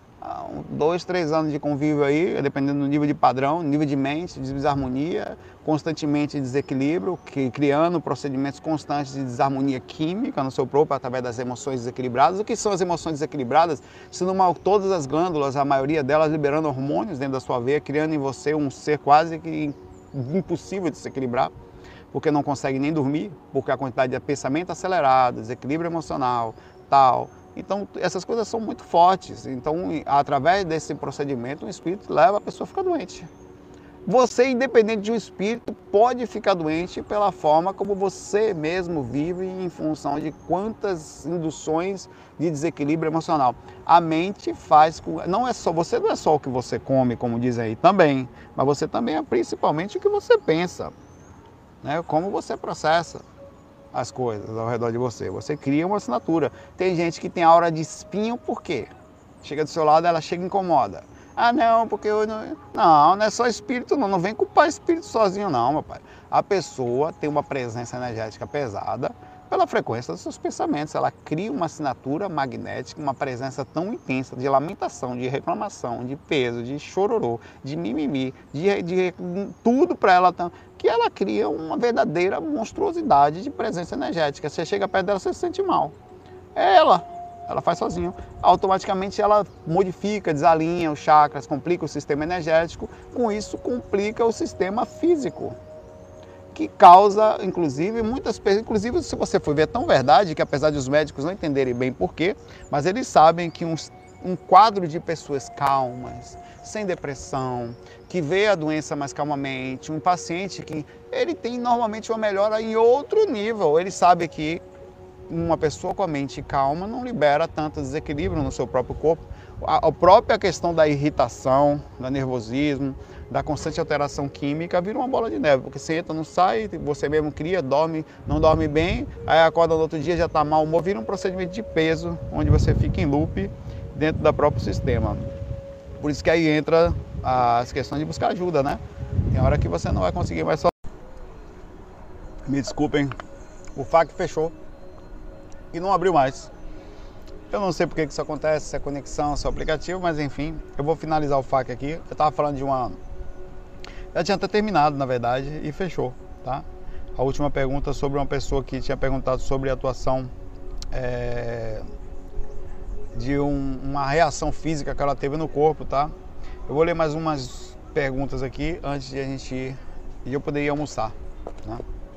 2, 3 anos de convívio aí, dependendo do nível de padrão, nível de mente, de desarmonia, constantemente desequilíbrio, criando procedimentos constantes de desarmonia química no seu próprio através das emoções desequilibradas. O que são as emoções desequilibradas? Se não mal todas as glândulas, a maioria delas liberando hormônios dentro da sua veia, criando em você um ser quase que impossível de se equilibrar, porque não consegue nem dormir, porque a quantidade de pensamento acelerado, desequilíbrio emocional, tal. Então, essas coisas são muito fortes. Então, através desse procedimento, o espírito leva a pessoa a ficar doente. Você, independente de um espírito, pode ficar doente pela forma como você mesmo vive em função de quantas induções de desequilíbrio emocional. A mente faz com... Você não é só o que você come, como diz aí, também. Mas você também é principalmente o que você pensa, né? Como você processa as coisas ao redor de você. Você cria uma assinatura. Tem gente que tem aura de espinho, por quê? Chega do seu lado, ela chega e incomoda. Ah, não, porque eu não... Não é só espírito, não. Não vem culpar espírito sozinho, não, meu pai. A pessoa tem uma presença energética pesada pela frequência dos seus pensamentos. Ela cria uma assinatura magnética, uma presença tão intensa de lamentação, de reclamação, de peso, de chororô, de mimimi, de tudo para ela, que ela cria uma verdadeira monstruosidade de presença energética. Você chega perto dela, você se sente mal. É ela faz sozinha. Automaticamente ela modifica, desalinha os chakras, complica o sistema energético, com isso complica o sistema físico, que causa, inclusive, muitas pessoas, inclusive se você for ver, é tão verdade que apesar de os médicos não entenderem bem porquê, mas eles sabem que um quadro de pessoas calmas, sem depressão, que vê a doença mais calmamente, um paciente que ele tem normalmente uma melhora em outro nível, ele sabe que uma pessoa com a mente calma não libera tanto desequilíbrio no seu próprio corpo. A própria questão da irritação, do nervosismo, da constante alteração química vira uma bola de neve, porque você entra, não sai, você mesmo cria, dorme, não dorme bem, aí acorda no outro dia, já está mal humor, vira um procedimento de peso, onde você fica em loop dentro do próprio sistema. Por isso que aí entra as questões de buscar ajuda, né? Tem hora que você não vai conseguir mais só. Me desculpem, o FAQ fechou e não abriu mais. Eu não sei porque que isso acontece, se é conexão, se é aplicativo, mas enfim, eu vou finalizar o FAQ aqui. Eu estava falando de uma... Já tinha até terminado, na verdade, e fechou, tá? A última pergunta sobre uma pessoa que tinha perguntado sobre a atuação de uma reação física que ela teve no corpo, tá? Eu vou ler mais umas perguntas aqui antes de a gente ir e eu poder ir almoçar, né?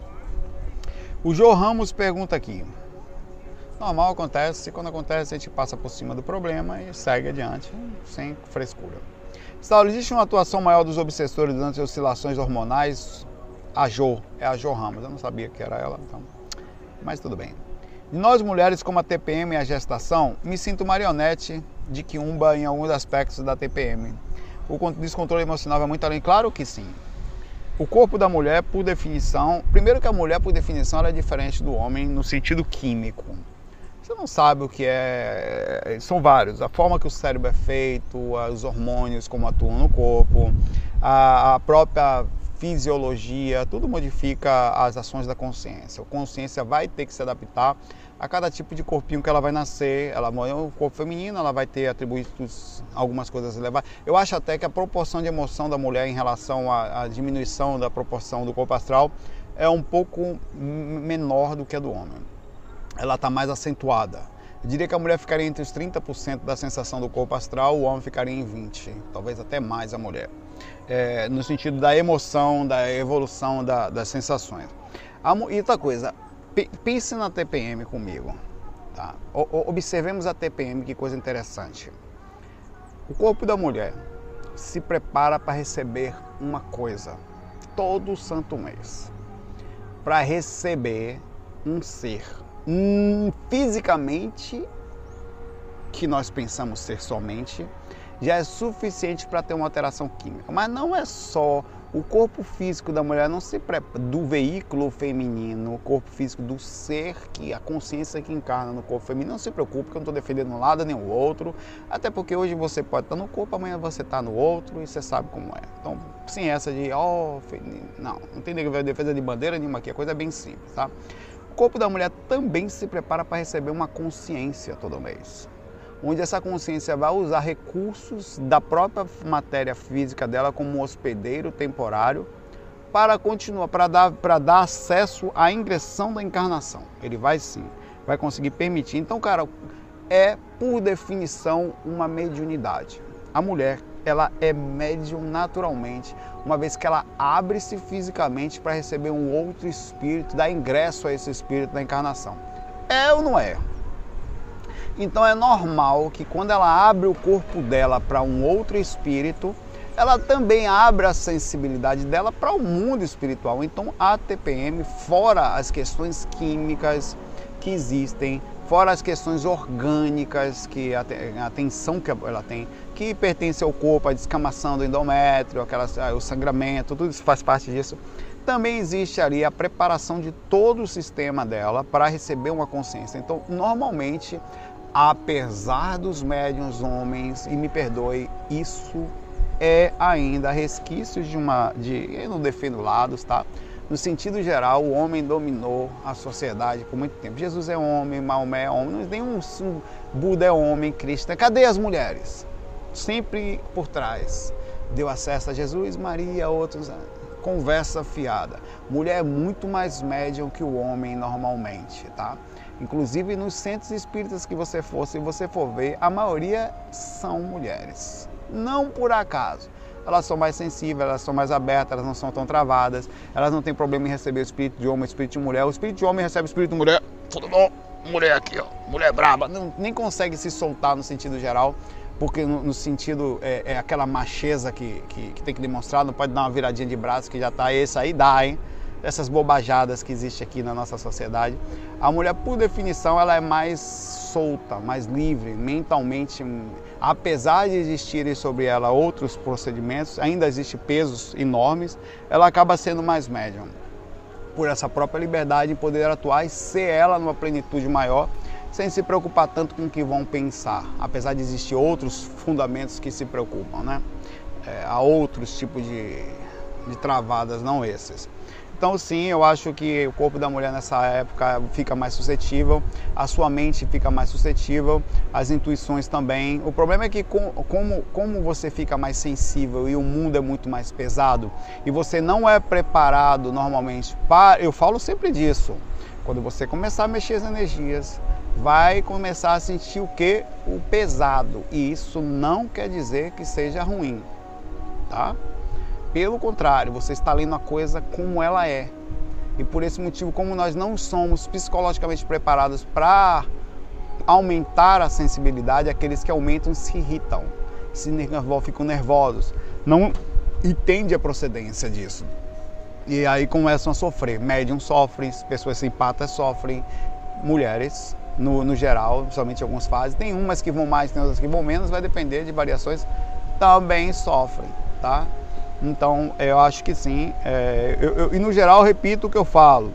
O João Ramos pergunta aqui. Normal, acontece, quando acontece a gente passa por cima do problema e segue adiante, sem frescura. Saulo, existe uma atuação maior dos obsessores durante as oscilações hormonais? A Jo Ramos, eu não sabia que era ela, então, mas tudo bem. De nós mulheres, como a TPM e a gestação, me sinto marionete de quiumba em alguns aspectos da TPM. O descontrole emocional é muito além? Claro que sim. O corpo da mulher, por definição, primeiro que a mulher, por definição, ela é diferente do homem no sentido químico. Você não sabe o que é, são vários, a forma que o cérebro é feito, os hormônios como atuam no corpo, a própria fisiologia, tudo modifica as ações da consciência. A consciência vai ter que se adaptar a cada tipo de corpinho que ela vai nascer. Ela é um corpo feminino, ela vai ter atributos, algumas coisas elevadas. Eu acho até que a proporção de emoção da mulher em relação à diminuição da proporção do corpo astral é um pouco menor do que a do homem. Ela está mais acentuada. Eu diria que a mulher ficaria entre os 30% da sensação do corpo astral, o homem ficaria em 20%, talvez até mais a mulher. No sentido da emoção, da evolução das sensações. E outra coisa, pense na TPM comigo. Tá? Observemos a TPM, que coisa interessante. O corpo da mulher se prepara para receber uma coisa todo santo mês. Para receber um ser. Fisicamente, que nós pensamos ser somente, já é suficiente para ter uma alteração química. Mas não é só o corpo físico da mulher, não se prepara do veículo feminino, o corpo físico do ser, que a consciência que encarna no corpo feminino. Não se preocupe, que eu não estou defendendo um lado nem o outro, até porque hoje você pode estar no corpo, amanhã você está no outro e você sabe como é. Então, sem essa de, não tem defesa de bandeira nenhuma aqui, a coisa é bem simples, tá? O corpo da mulher também se prepara para receber uma consciência todo mês, onde essa consciência vai usar recursos da própria matéria física dela como um hospedeiro temporário para continuar, para dar acesso à ingressão da encarnação. Ele vai sim, vai conseguir permitir. Então, cara, é por definição uma mediunidade. A mulher, ela é médium naturalmente, uma vez que ela abre-se fisicamente para receber um outro espírito, dar ingresso a esse espírito da encarnação. É ou não é? Então é normal que quando ela abre o corpo dela para um outro espírito, ela também abre a sensibilidade dela para o mundo espiritual. Então a TPM, fora as questões químicas que existem, fora as questões orgânicas, que a tensão que ela tem, que pertence ao corpo, a descamação do endométrio, o sangramento, tudo isso faz parte disso. Também existe ali a preparação de todo o sistema dela para receber uma consciência. Então, normalmente, apesar dos médiuns homens, e me perdoe, isso é ainda resquícios eu não defendo lados, tá? No sentido geral, o homem dominou a sociedade por muito tempo. Jesus é homem, Maomé é homem, nenhum Buda é homem, Cristo. Cadê as mulheres? Sempre por trás. Deu acesso a Jesus, Maria, outros. Conversa fiada. Mulher é muito mais médium que o homem normalmente, tá? Inclusive nos centros espíritas que você for, se você for ver, a maioria são mulheres. Não por acaso. Elas são mais sensíveis, elas são mais abertas, elas não são tão travadas, elas não têm problema em receber o espírito de homem, o espírito de mulher. O espírito de homem recebe o espírito de mulher, tudo bom? Mulher aqui, ó, mulher braba, nem consegue se soltar no sentido geral, porque no sentido é aquela macheza que tem que demonstrar, não pode dar uma viradinha de braço que já tá, esse aí dá, hein? dessas bobajadas que existe aqui na nossa sociedade. A mulher, por definição, ela é mais solta, mais livre, mentalmente. Apesar de existirem sobre ela outros procedimentos, ainda existem pesos enormes, ela acaba sendo mais médium. Por essa própria liberdade em poder atuar e ser ela numa plenitude maior, sem se preocupar tanto com o que vão pensar, apesar de existir outros fundamentos que se preocupam, né? Há outros tipos de travadas, não esses. Então sim, eu acho que o corpo da mulher nessa época fica mais suscetível, a sua mente fica mais suscetível, as intuições também. O problema é que como você fica mais sensível e o mundo é muito mais pesado e você não é preparado normalmente para... Eu falo sempre disso, quando você começar a mexer as energias, vai começar a sentir o quê? O pesado. E isso não quer dizer que seja ruim, tá? Pelo contrário, você está lendo a coisa como ela é. E por esse motivo, como nós não somos psicologicamente preparados para aumentar a sensibilidade, aqueles que aumentam se irritam, ficam nervosos, não entendem a procedência disso. E aí começam a sofrer. Médiums sofrem, pessoas simpatas sofrem, mulheres no geral, somente em algumas fases. Tem umas que vão mais, tem outras que vão menos, vai depender de variações, também sofrem, tá? Então, eu acho que sim. E no geral, eu repito o que eu falo.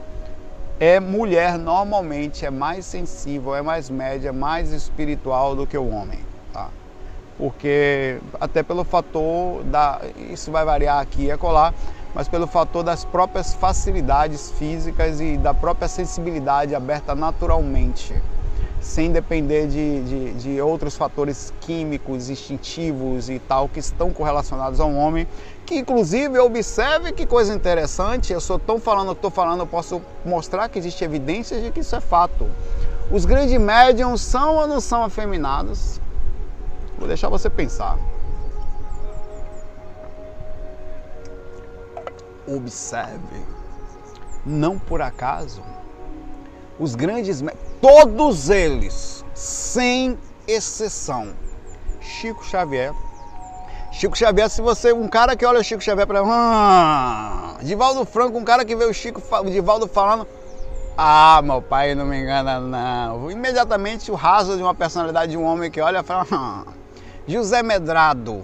Mulher normalmente é mais sensível, é mais média, mais espiritual do que o homem, tá? Porque, até pelo fator isso vai variar aqui e acolá, mas pelo fator das próprias facilidades físicas e da própria sensibilidade aberta naturalmente, sem depender de outros fatores químicos, instintivos e tal, que estão correlacionados ao homem, que inclusive observe que coisa interessante, eu só estou falando o que estou falando, eu posso mostrar que existe evidências de que isso é fato. Os grandes médiums são ou não são afeminados? Vou deixar você pensar. Observe, não por acaso, os grandes médiums, todos eles, sem exceção, Chico Xavier, se você, um cara que olha o Chico Xavier para Divaldo Franco, um cara que vê o Divaldo falando, meu pai, não me engana não, imediatamente o raso de uma personalidade de um homem que olha e fala, José Medrado.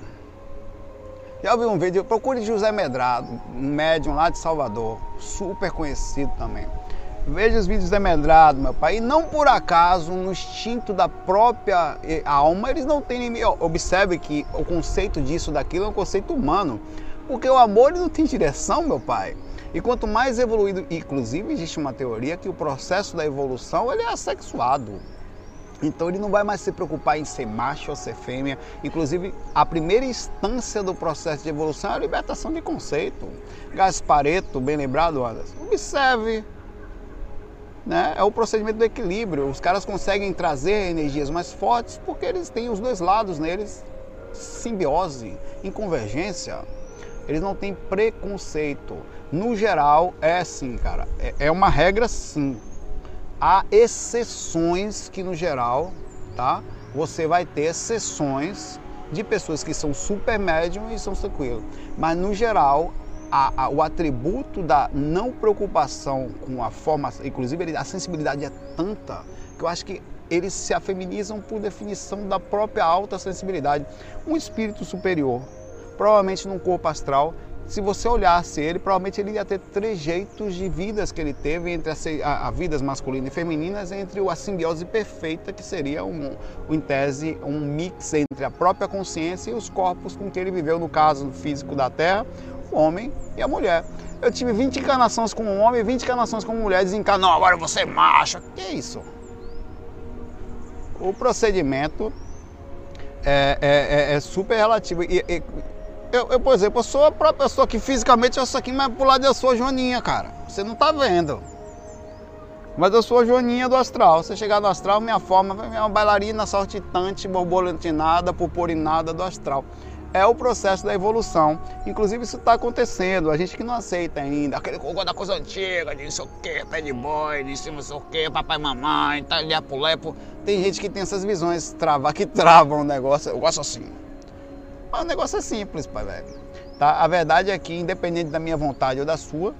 Já ouviu um vídeo? Procure José Medrado, um médium lá de Salvador, super conhecido também. Veja os vídeos de Medrado, meu pai, e não por acaso, no instinto da própria alma, eles não têm limite. Observe que o conceito disso, daquilo, é um conceito humano, porque o amor ele não tem direção, meu pai. E quanto mais evoluído, inclusive existe uma teoria que o processo da evolução ele é assexuado. Então ele não vai mais se preocupar em ser macho ou ser fêmea. Inclusive, a primeira instância do processo de evolução é a libertação de conceito. Gasparetto, bem lembrado, Anderson? Observe. Né? É o procedimento do equilíbrio. Os caras conseguem trazer energias mais fortes porque eles têm os dois lados neles, simbiose, em convergência. Eles não têm preconceito. No geral, é assim, cara. É uma regra, sim. Há exceções que, no geral, tá? Você vai ter exceções de pessoas que são super médium e são tranquilos. Mas, no geral, o atributo da não preocupação com a forma, inclusive a sensibilidade é tanta, que eu acho que eles se afeminizam por definição da própria alta sensibilidade. Um espírito superior, provavelmente num corpo astral, se você olhasse ele, provavelmente ele ia ter trejeitos de vidas que ele teve entre as vidas masculinas e femininas, entre a simbiose perfeita, que seria, em tese, um mix entre a própria consciência e os corpos com que ele viveu, no caso físico da Terra, o homem e a mulher. Eu tive 20 encarnações como homem e 20 encarnações como mulher, desencarnou, agora você é macho. Que é isso? O procedimento é super relativo. Eu, por exemplo, eu sou a própria pessoa que fisicamente eu sou aqui, mas pro lado eu sou a Joaninha, cara. Você não tá vendo. Mas eu sou a Joaninha do astral. Você chegar no astral, minha forma é uma bailarina saltitante, borboletinada, purpurinada do astral. É o processo da evolução. Inclusive isso está acontecendo. A gente que não aceita ainda. Aquele da coisa antiga, de não sei o que, pé de boi, de não sei o que, papai e mamãe, tá lepo. Tem gente que tem essas visões que travam o negócio. Eu gosto assim. Mas o negócio é simples, pai velho. Tá? A verdade é que, independente da minha vontade ou da sua,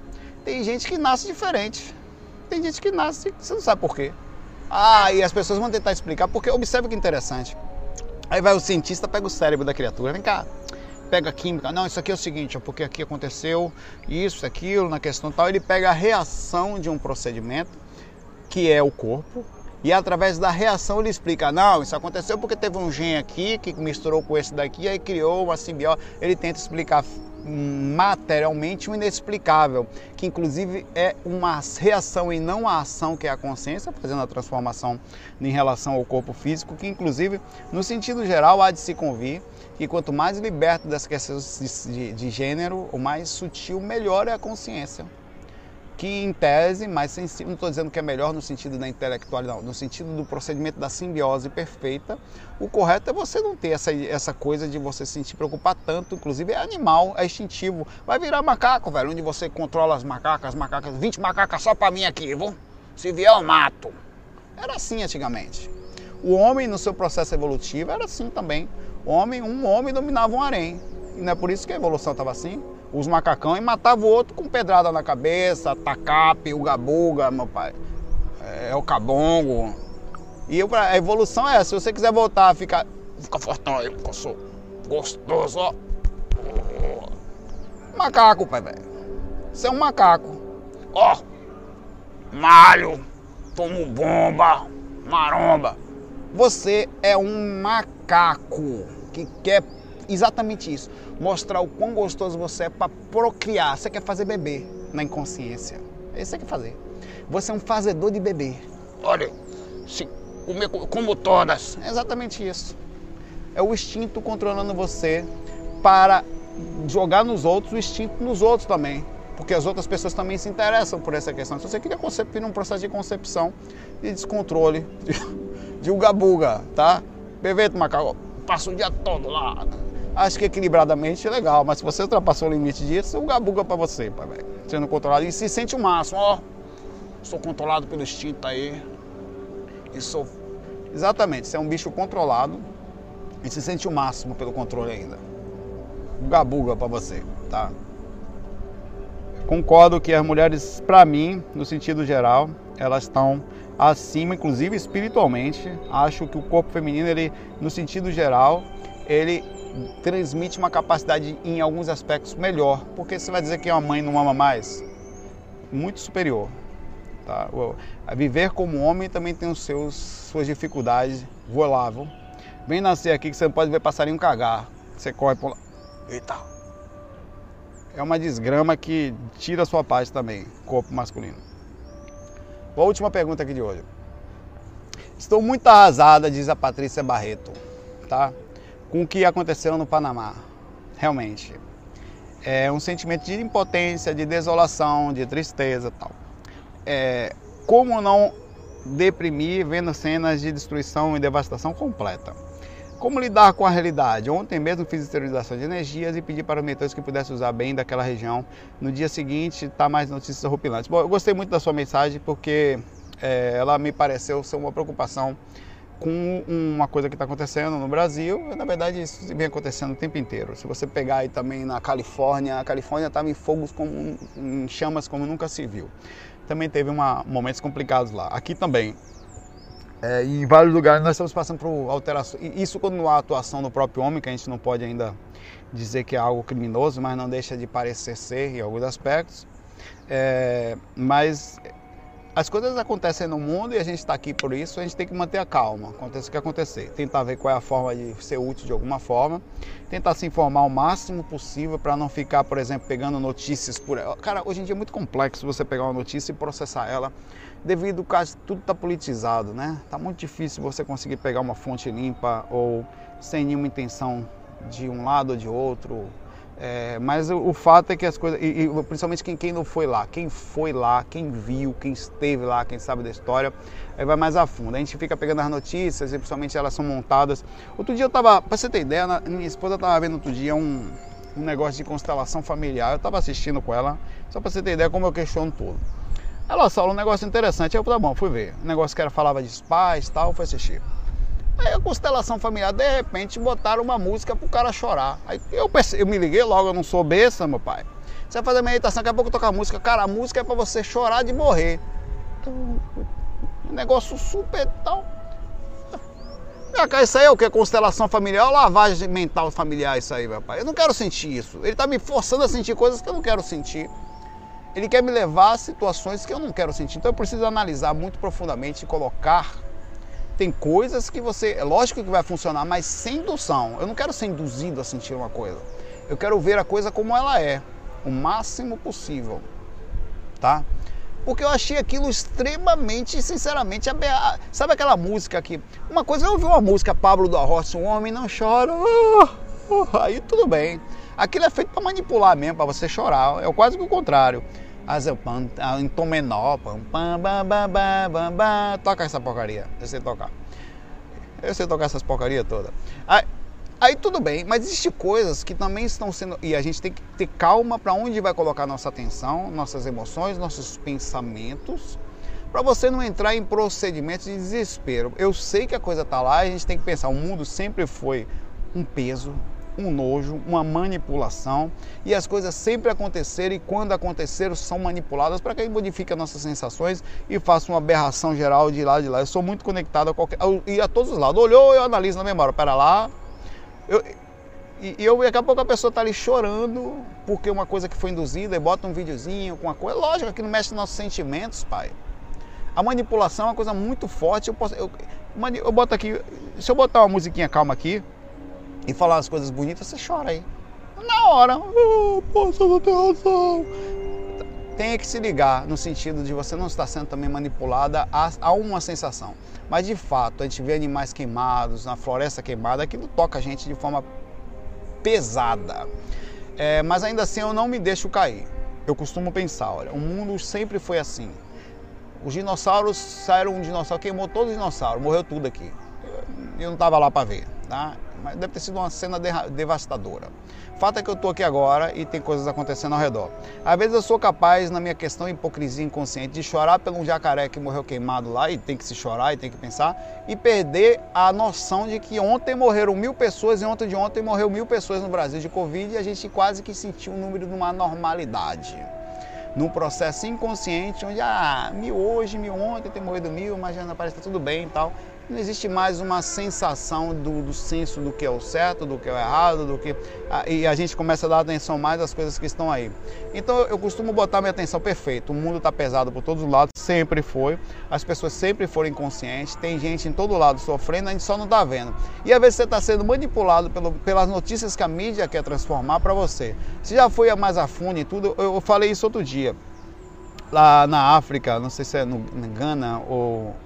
Tem gente que nasce diferente. Tem gente que nasce, você não sabe por quê. E as pessoas vão tentar explicar, porque observe que interessante. Aí vai o cientista, pega o cérebro da criatura, vem cá, pega a química, não, isso aqui é o seguinte, porque aqui aconteceu isso, aquilo, na questão tal, ele pega a reação de um procedimento, que é o corpo, e através da reação ele explica, não, isso aconteceu porque teve um gene aqui que misturou com esse daqui, aí criou uma simbiose. Ele tenta explicar materialmente o inexplicável, que inclusive é uma reação e não a ação, que é a consciência, fazendo a transformação em relação ao corpo físico, que inclusive, no sentido geral, há de se convir que quanto mais liberto das questões de gênero, o mais sutil, melhor é a consciência. Que em tese, mais sensível, não estou dizendo que é melhor no sentido da intelectualidade, não, no sentido do procedimento da simbiose perfeita, o correto é você não ter essa coisa de você se sentir preocupar tanto, inclusive é animal, é instintivo, vai virar macaco, velho, onde você controla as macacas, 20 macacas só para mim aqui, viu? Se vier eu mato. Era assim antigamente. O homem no seu processo evolutivo era assim também. Um homem dominava um harém, e não é por isso que a evolução estava assim. Os macacão e matava o outro com pedrada na cabeça, tacape, uga-buga, meu pai, o cabongo. E a evolução é essa, se você quiser voltar, fica fortão aí, porque eu sou gostoso, ó. Macaco, pai, velho. Você é um macaco. Ó, malho, tomo bomba, maromba. Você é um macaco que quer exatamente isso, mostrar o quão gostoso você é para procriar. Você quer fazer bebê na inconsciência, é isso que você quer fazer. Você é um fazedor de bebê. Olha, se comer como todas, é exatamente isso. É o instinto controlando você para jogar nos outros, o instinto nos outros também, porque as outras pessoas também se interessam por essa questão. Se você queria conceber um processo de concepção e descontrole de uga-buga, tá? Bebê do macaco, passa o dia todo lá. Acho que equilibradamente é legal, mas se você ultrapassou o limite disso, o gabuga pra você, pai, velho. Sendo controlado e se sente o máximo, ó. Sou controlado pelo instinto aí. E sou. Exatamente, você é um bicho controlado e se sente o máximo pelo controle ainda. O gabuga pra você, tá? Concordo que as mulheres, pra mim, no sentido geral, elas estão acima, inclusive espiritualmente. Acho que o corpo feminino, ele, no sentido geral, ele transmite uma capacidade em alguns aspectos melhor, porque você vai dizer que uma mãe não ama mais? Muito superior, tá? Viver como homem também tem suas dificuldades. Vou lá, viu? Vem nascer aqui que você não pode ver passarinho cagar, você corre por lá. Eita! É uma desgrama que tira a sua paz também, corpo masculino. A última pergunta aqui de hoje. Estou muito arrasada, diz a Patrícia Barreto, tá? Com o que aconteceu no Panamá, realmente. É um sentimento de impotência, de desolação, de tristeza e tal. Como não deprimir vendo cenas de destruição e devastação completa? Como lidar com a realidade? Ontem mesmo fiz esterilização de energias e pedi para os mentores que pudessem usar bem daquela região. No dia seguinte, tá mais notícias horripilantes. Bom, eu gostei muito da sua mensagem porque ela me pareceu ser uma preocupação com uma coisa que está acontecendo no Brasil, e na verdade isso vem acontecendo o tempo inteiro. Se você pegar aí também na Califórnia, a Califórnia estava em fogos, em chamas como nunca se viu. Também teve momentos complicados lá. Aqui também, em vários lugares nós estamos passando por alterações. Isso quando não há atuação do próprio homem, que a gente não pode ainda dizer que é algo criminoso, mas não deixa de parecer ser em alguns aspectos. Mas as coisas acontecem no mundo e a gente está aqui por isso, a gente tem que manter a calma, aconteça o que acontecer. Tentar ver qual é a forma de ser útil de alguma forma, tentar se informar o máximo possível para não ficar, por exemplo, pegando notícias por ela. Cara, hoje em dia é muito complexo você pegar uma notícia e processar ela, devido ao caso tudo está politizado, né? Tá muito difícil você conseguir pegar uma fonte limpa ou sem nenhuma intenção de um lado ou de outro. Mas o fato é que as coisas, e principalmente quem não foi lá, quem foi lá, quem viu, quem esteve lá, quem sabe da história, aí vai mais a fundo. A gente fica pegando as notícias e principalmente elas são montadas. Outro dia eu tava, pra você ter ideia, minha esposa tava vendo outro dia um negócio de constelação familiar, eu tava assistindo com ela, só pra você ter ideia como eu questiono tudo. Ela falou um negócio interessante, aí eu falei, tá bom, fui ver. Um negócio que ela falava de pais e tal, fui assistir. Aí a constelação familiar, de repente, botaram uma música pro cara chorar. Aí eu me liguei logo, eu não sou besta, meu pai. Você vai fazer meditação, daqui a pouco tocar música. Cara, a música é para você chorar de morrer. Então, um negócio super tal. Isso aí é o que? Constelação familiar ou lavagem mental familiar isso aí, meu pai? Eu não quero sentir isso. Ele tá me forçando a sentir coisas que eu não quero sentir. Ele quer me levar a situações que eu não quero sentir. Então eu preciso analisar muito profundamente e colocar. Tem coisas que você... É lógico que vai funcionar, mas sem indução. Eu não quero ser induzido a sentir uma coisa. Eu quero ver a coisa como ela é. O máximo possível. Tá? Porque eu achei aquilo extremamente, sinceramente, sabe aquela música que... Uma coisa, eu ouvi uma música, Pablo do Arroz, um homem não chora, aí tudo bem. Aquilo é feito para manipular mesmo, para você chorar, é quase que o contrário. Em tom menor, toca essa porcaria, eu sei tocar. Eu sei tocar essas porcarias todas. Aí tudo bem, mas existem coisas que também estão sendo... E a gente tem que ter calma para onde vai colocar nossa atenção, nossas emoções, nossos pensamentos, para você não entrar em procedimentos de desespero. Eu sei que a coisa está lá, a gente tem que pensar, o mundo sempre foi um peso, um nojo, uma manipulação, e as coisas sempre aconteceram, e quando aconteceram são manipuladas para que modifique as nossas sensações e faça uma aberração geral de lá de lá. Eu sou muito conectado a todos os lados. Olhou, eu analiso na memória, pera lá... Daqui a pouco a pessoa está ali chorando porque uma coisa que foi induzida e bota um videozinho com uma coisa. Lógico que não mexe nos nossos sentimentos, pai. A manipulação é uma coisa muito forte. Eu boto aqui, se eu botar uma musiquinha calma aqui e falar as coisas bonitas, você chora aí. Na hora. Poxa, não tem razão. Tem que se ligar no sentido de você não estar sendo também manipulada a uma sensação. Mas de fato, a gente vê animais queimados, na floresta queimada, aquilo toca a gente de forma pesada. Mas ainda assim eu não me deixo cair. Eu costumo pensar, olha, o mundo sempre foi assim. Os dinossauros, saíram um dinossauro, queimou todos os dinossauros, morreu tudo aqui. Eu não estava lá para ver, tá? Mas deve ter sido uma cena devastadora. O fato é que eu estou aqui agora e tem coisas acontecendo ao redor. Às vezes eu sou capaz, na minha questão de hipocrisia inconsciente, de chorar por um jacaré que morreu queimado lá, e tem que se chorar e tem que pensar, e perder a noção de que ontem morreram 1000 pessoas e ontem de ontem morreu 1000 pessoas no Brasil de Covid, e a gente quase que sentiu um número de uma normalidade. Num processo inconsciente, onde 1000 hoje, 1000 ontem, tem morrido 1000, mas já parece que está tudo bem e tal. Não existe mais uma sensação do senso do que é o certo, do que é o errado, e a gente começa a dar atenção mais às coisas que estão aí. Então eu costumo botar minha atenção perfeito. O mundo está pesado por todos os lados, sempre foi. As pessoas sempre foram inconscientes, tem gente em todo lado sofrendo, a gente só não está vendo. E às vezes você está sendo manipulado pelas notícias que a mídia quer transformar para você. Você já foi mais a fundo e tudo, eu falei isso outro dia. Lá na África, não sei se é no Ghana ou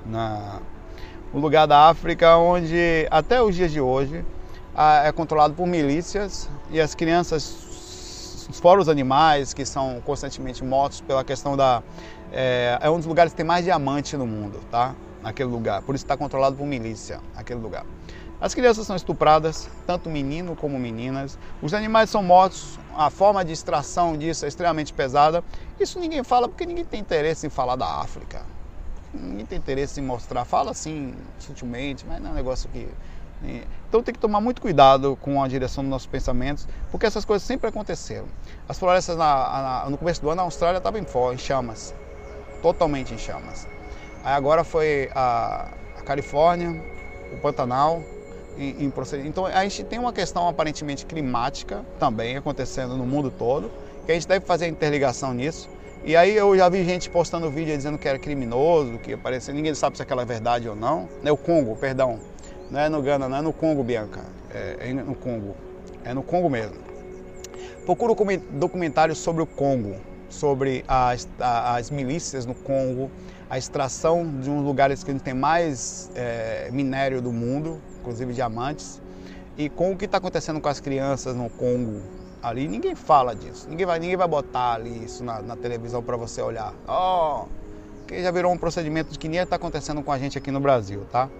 um lugar da África onde até os dias de hoje é controlado por milícias, e as crianças, fora os animais que são constantemente mortos pela questão é um dos lugares que tem mais diamante no mundo, tá? Naquele lugar, por isso está controlado por milícia, aquele lugar. As crianças são estupradas, tanto menino como meninas, os animais são mortos, a forma de extração disso é extremamente pesada. Isso ninguém fala porque ninguém tem interesse em falar da África. Ninguém tem interesse em mostrar, fala assim, sutilmente, mas não é um negócio que... Então tem que tomar muito cuidado com a direção dos nossos pensamentos, porque essas coisas sempre aconteceram. As florestas no começo do ano, a Austrália estava em chamas, totalmente em chamas. Aí agora foi a Califórnia, o Pantanal, em procedimento. Então a gente tem uma questão aparentemente climática também acontecendo no mundo todo, que a gente deve fazer a interligação nisso. E aí eu já vi gente postando vídeo dizendo que era criminoso, que parecia, ninguém sabe se aquela é verdade ou não. É o Congo, perdão. Não é no Ghana, não é no Congo, Bianca. É no Congo. É no Congo mesmo. Procura documentários sobre o Congo, sobre as milícias no Congo, a extração de uns lugares que tem mais minério do mundo, inclusive diamantes, e com o que está acontecendo com as crianças no Congo. Ali ninguém fala disso, ninguém vai botar ali isso na televisão para você olhar. Que já virou um procedimento de que nem está acontecendo com a gente aqui no Brasil, tá?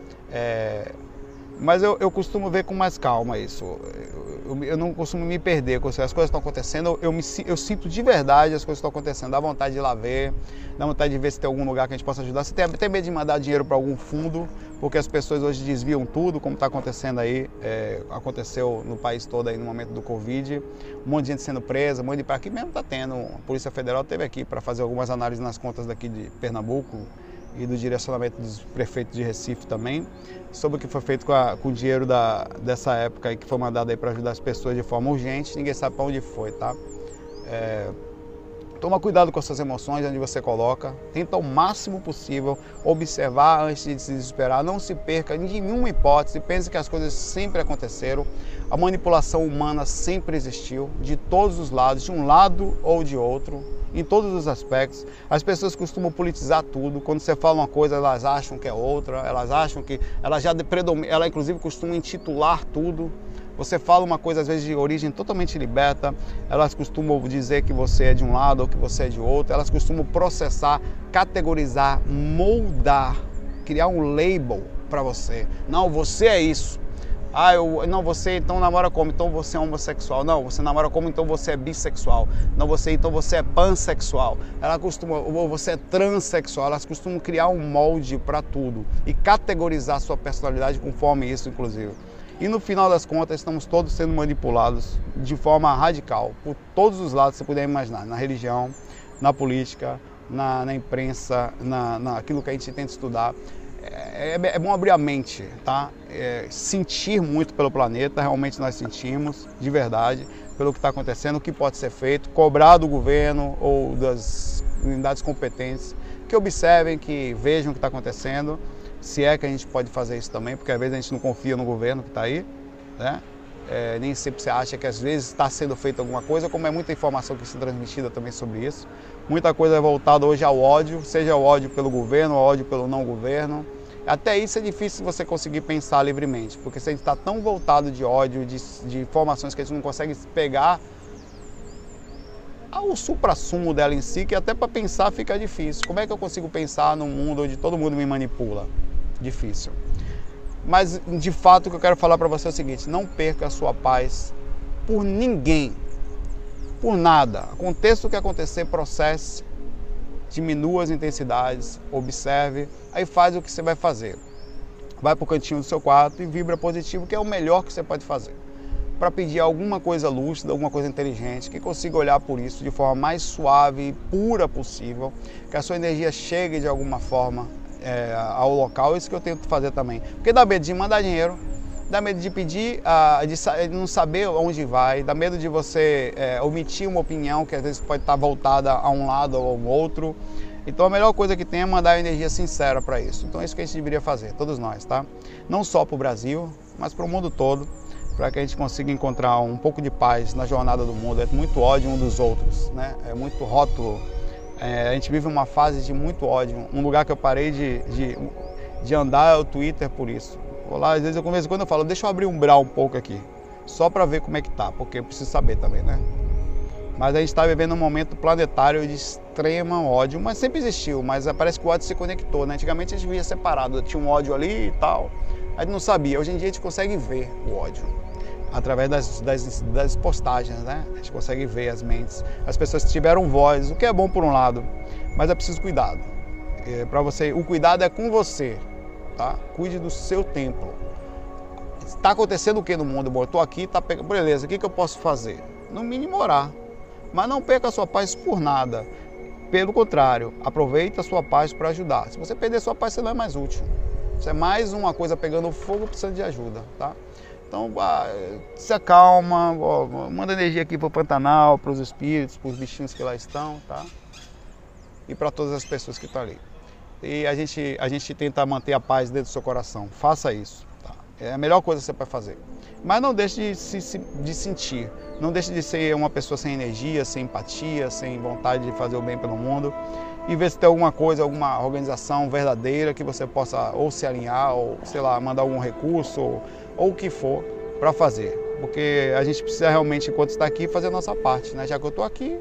Mas eu costumo ver com mais calma isso. Eu não costumo me perder com as coisas estão acontecendo. Eu sinto de verdade as coisas estão acontecendo. Dá vontade de ir lá ver, dá vontade de ver se tem algum lugar que a gente possa ajudar. Se tem até medo de mandar dinheiro para algum fundo, porque as pessoas hoje desviam tudo, como está acontecendo aí, aconteceu no país todo aí no momento do Covid, um monte de gente sendo presa, um monte de... Aqui mesmo está tendo, a Polícia Federal esteve aqui para fazer algumas análises nas contas daqui de Pernambuco e do direcionamento dos prefeitos de Recife também, sobre o que foi feito com o dinheiro dessa época aí, que foi mandado aí para ajudar as pessoas de forma urgente, ninguém sabe para onde foi, tá? Toma cuidado com as suas emoções, onde você coloca. Tenta o máximo possível observar antes de se desesperar. Não se perca em nenhuma hipótese. Pense que as coisas sempre aconteceram. A manipulação humana sempre existiu, de todos os lados, de um lado ou de outro, em todos os aspectos. As pessoas costumam politizar tudo. Quando você fala uma coisa, elas acham que é outra. Elas acham que... Ela inclusive costuma intitular tudo. Você fala uma coisa, às vezes, de origem totalmente liberta, elas costumam dizer que você é de um lado ou que você é de outro, elas costumam processar, categorizar, moldar, criar um label para você. Não, você é isso. Não, você então namora como? Então você é homossexual. Não, você namora como? Então você é bissexual. Não, então você é pansexual. Ou você é transexual. Elas costumam criar um molde para tudo e categorizar sua personalidade conforme isso, inclusive. E no final das contas, estamos todos sendo manipulados de forma radical, por todos os lados que você puder imaginar, na religião, na política, na imprensa, naquilo que a gente tenta estudar. É bom abrir a mente, tá? Sentir muito pelo planeta, realmente nós sentimos, de verdade, pelo que está acontecendo, o que pode ser feito, cobrar do governo ou das unidades competentes, que observem, que vejam o que está acontecendo, se é que a gente pode fazer isso também, porque às vezes a gente não confia no governo que está aí, né? Nem sempre você acha que às vezes está sendo feita alguma coisa, como é muita informação que se transmitida também sobre isso. Muita coisa é voltada hoje ao ódio, seja o ódio pelo governo, ou ódio pelo não governo. Até isso é difícil você conseguir pensar livremente, porque se a gente está tão voltado de ódio, de informações que a gente não consegue pegar ao supra-sumo dela em si, que até para pensar fica difícil. Como é que eu consigo pensar num mundo onde todo mundo me manipula? Difícil. Mas, de fato, o que eu quero falar para você é o seguinte: não perca a sua paz por ninguém, por nada. Aconteça o que acontecer, processe, diminua as intensidades, observe, aí faz o que você vai fazer. Vai para o cantinho do seu quarto e vibra positivo, que é o melhor que você pode fazer, para pedir alguma coisa lúcida, alguma coisa inteligente, que consiga olhar por isso de forma mais suave e pura possível, que a sua energia chegue de alguma forma ao local. Isso que eu tento fazer também, porque dá medo de mandar dinheiro, dá medo de pedir, de não saber onde vai, dá medo de você omitir uma opinião que às vezes pode estar voltada a um lado ou ao outro. Então a melhor coisa que tem é mandar energia sincera para isso. Então é isso que a gente deveria fazer, todos nós, tá? Não só para o Brasil, mas para o mundo todo, para que a gente consiga encontrar um pouco de paz na jornada do mundo. É muito ódio um dos outros, né? É muito rótulo. A gente vive uma fase de muito ódio. Um lugar que eu parei de andar é o Twitter por isso. Vou lá, às vezes eu converso, quando eu falo, deixa eu abrir um umbral um pouco aqui, só para ver como é que tá, porque eu preciso saber também, né? Mas a gente está vivendo um momento planetário de extrema ódio, mas sempre existiu, mas parece que o ódio se conectou, né? Antigamente a gente via separado, tinha um ódio ali e tal, a gente não sabia. Hoje em dia a gente consegue ver o ódio através das postagens, né? A gente consegue ver as mentes, as pessoas que tiveram voz, o que é bom por um lado, mas é preciso cuidado. Para você, o cuidado é com você, tá? Cuide do seu templo. Está acontecendo o que no mundo? Bom, eu estou aqui, tá pegando, beleza? O que eu posso fazer? No mínimo orar, mas não perca a sua paz por nada. Pelo contrário, aproveite a sua paz para ajudar. Se você perder a sua paz, você não é mais útil. Você é mais uma coisa pegando fogo, precisando de ajuda, tá? Então, se acalma, manda energia aqui para o Pantanal, para os espíritos, para os bichinhos que lá estão, tá? E para todas as pessoas que estão ali. E a gente tenta manter a paz dentro do seu coração. Faça isso, tá? É a melhor coisa que você pode fazer. Mas não deixe de sentir. Não deixe de ser uma pessoa sem energia, sem empatia, sem vontade de fazer o bem pelo mundo. E ver se tem alguma coisa, alguma organização verdadeira que você possa ou se alinhar, ou, sei lá, mandar algum recurso, ou o que for, para fazer. Porque a gente precisa realmente, enquanto está aqui, fazer a nossa parte, né? Já que eu estou aqui,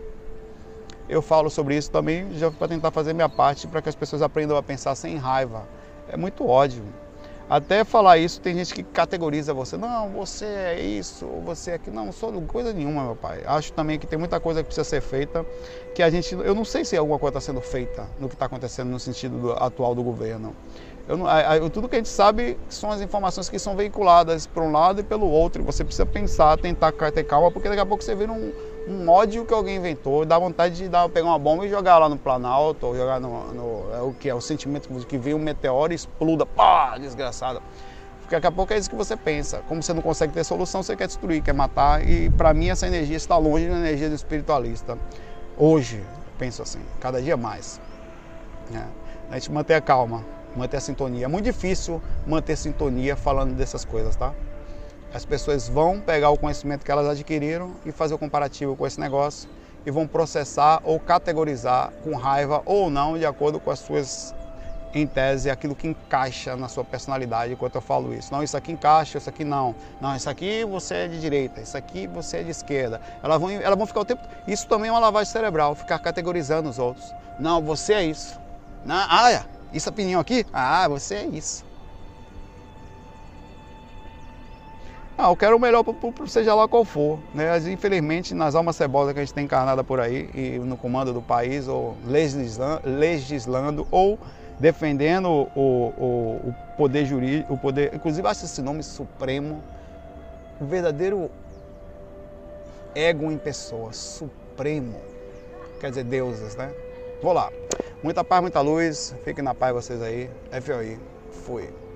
eu falo sobre isso também, já para tentar fazer minha parte, para que as pessoas aprendam a pensar sem raiva. É muito ódio. Até falar isso, tem gente que categoriza você. Não, você é isso, você é aquilo. Não, não sou coisa nenhuma, meu pai. Acho também que tem muita coisa que precisa ser feita, que a gente... Eu não sei se alguma coisa está sendo feita no que está acontecendo no sentido atual do governo. Tudo que a gente sabe são as informações que são veiculadas por um lado e pelo outro. E você precisa pensar, tentar ter calma, porque daqui a pouco você vira um ódio que alguém inventou, dá vontade de pegar uma bomba e jogar lá no Planalto, ou jogar o que é o sentimento de que vem um meteoro e exploda, pá, desgraçado. Porque daqui a pouco é isso que você pensa. Como você não consegue ter solução, você quer destruir, quer matar. E para mim essa energia está longe da energia do espiritualista. Hoje, eu penso assim, cada dia mais. A gente manter a calma, manter a sintonia. É muito difícil manter sintonia falando dessas coisas, tá? As pessoas vão pegar o conhecimento que elas adquiriram e fazer o comparativo com esse negócio e vão processar ou categorizar com raiva ou não, de acordo com as suas, em tese, aquilo que encaixa na sua personalidade enquanto eu falo isso. Não, isso aqui encaixa, isso aqui não. Não, isso aqui você é de direita, isso aqui você é de esquerda. Elas vão ficar o tempo... Isso também é uma lavagem cerebral, ficar categorizando os outros. Não, você é isso. Não, essa opinião aqui? Você é isso. Eu quero o melhor seja lá qual for, né? Mas, infelizmente, nas almas cebosas que a gente tem encarnada por aí, e no comando do país, ou legislando ou defendendo o poder jurídico, o poder, inclusive acho esse nome supremo, o verdadeiro ego em pessoa, supremo, quer dizer, deuses, né? Vou lá. Muita paz, muita luz, fiquem na paz vocês aí, FOI, fui.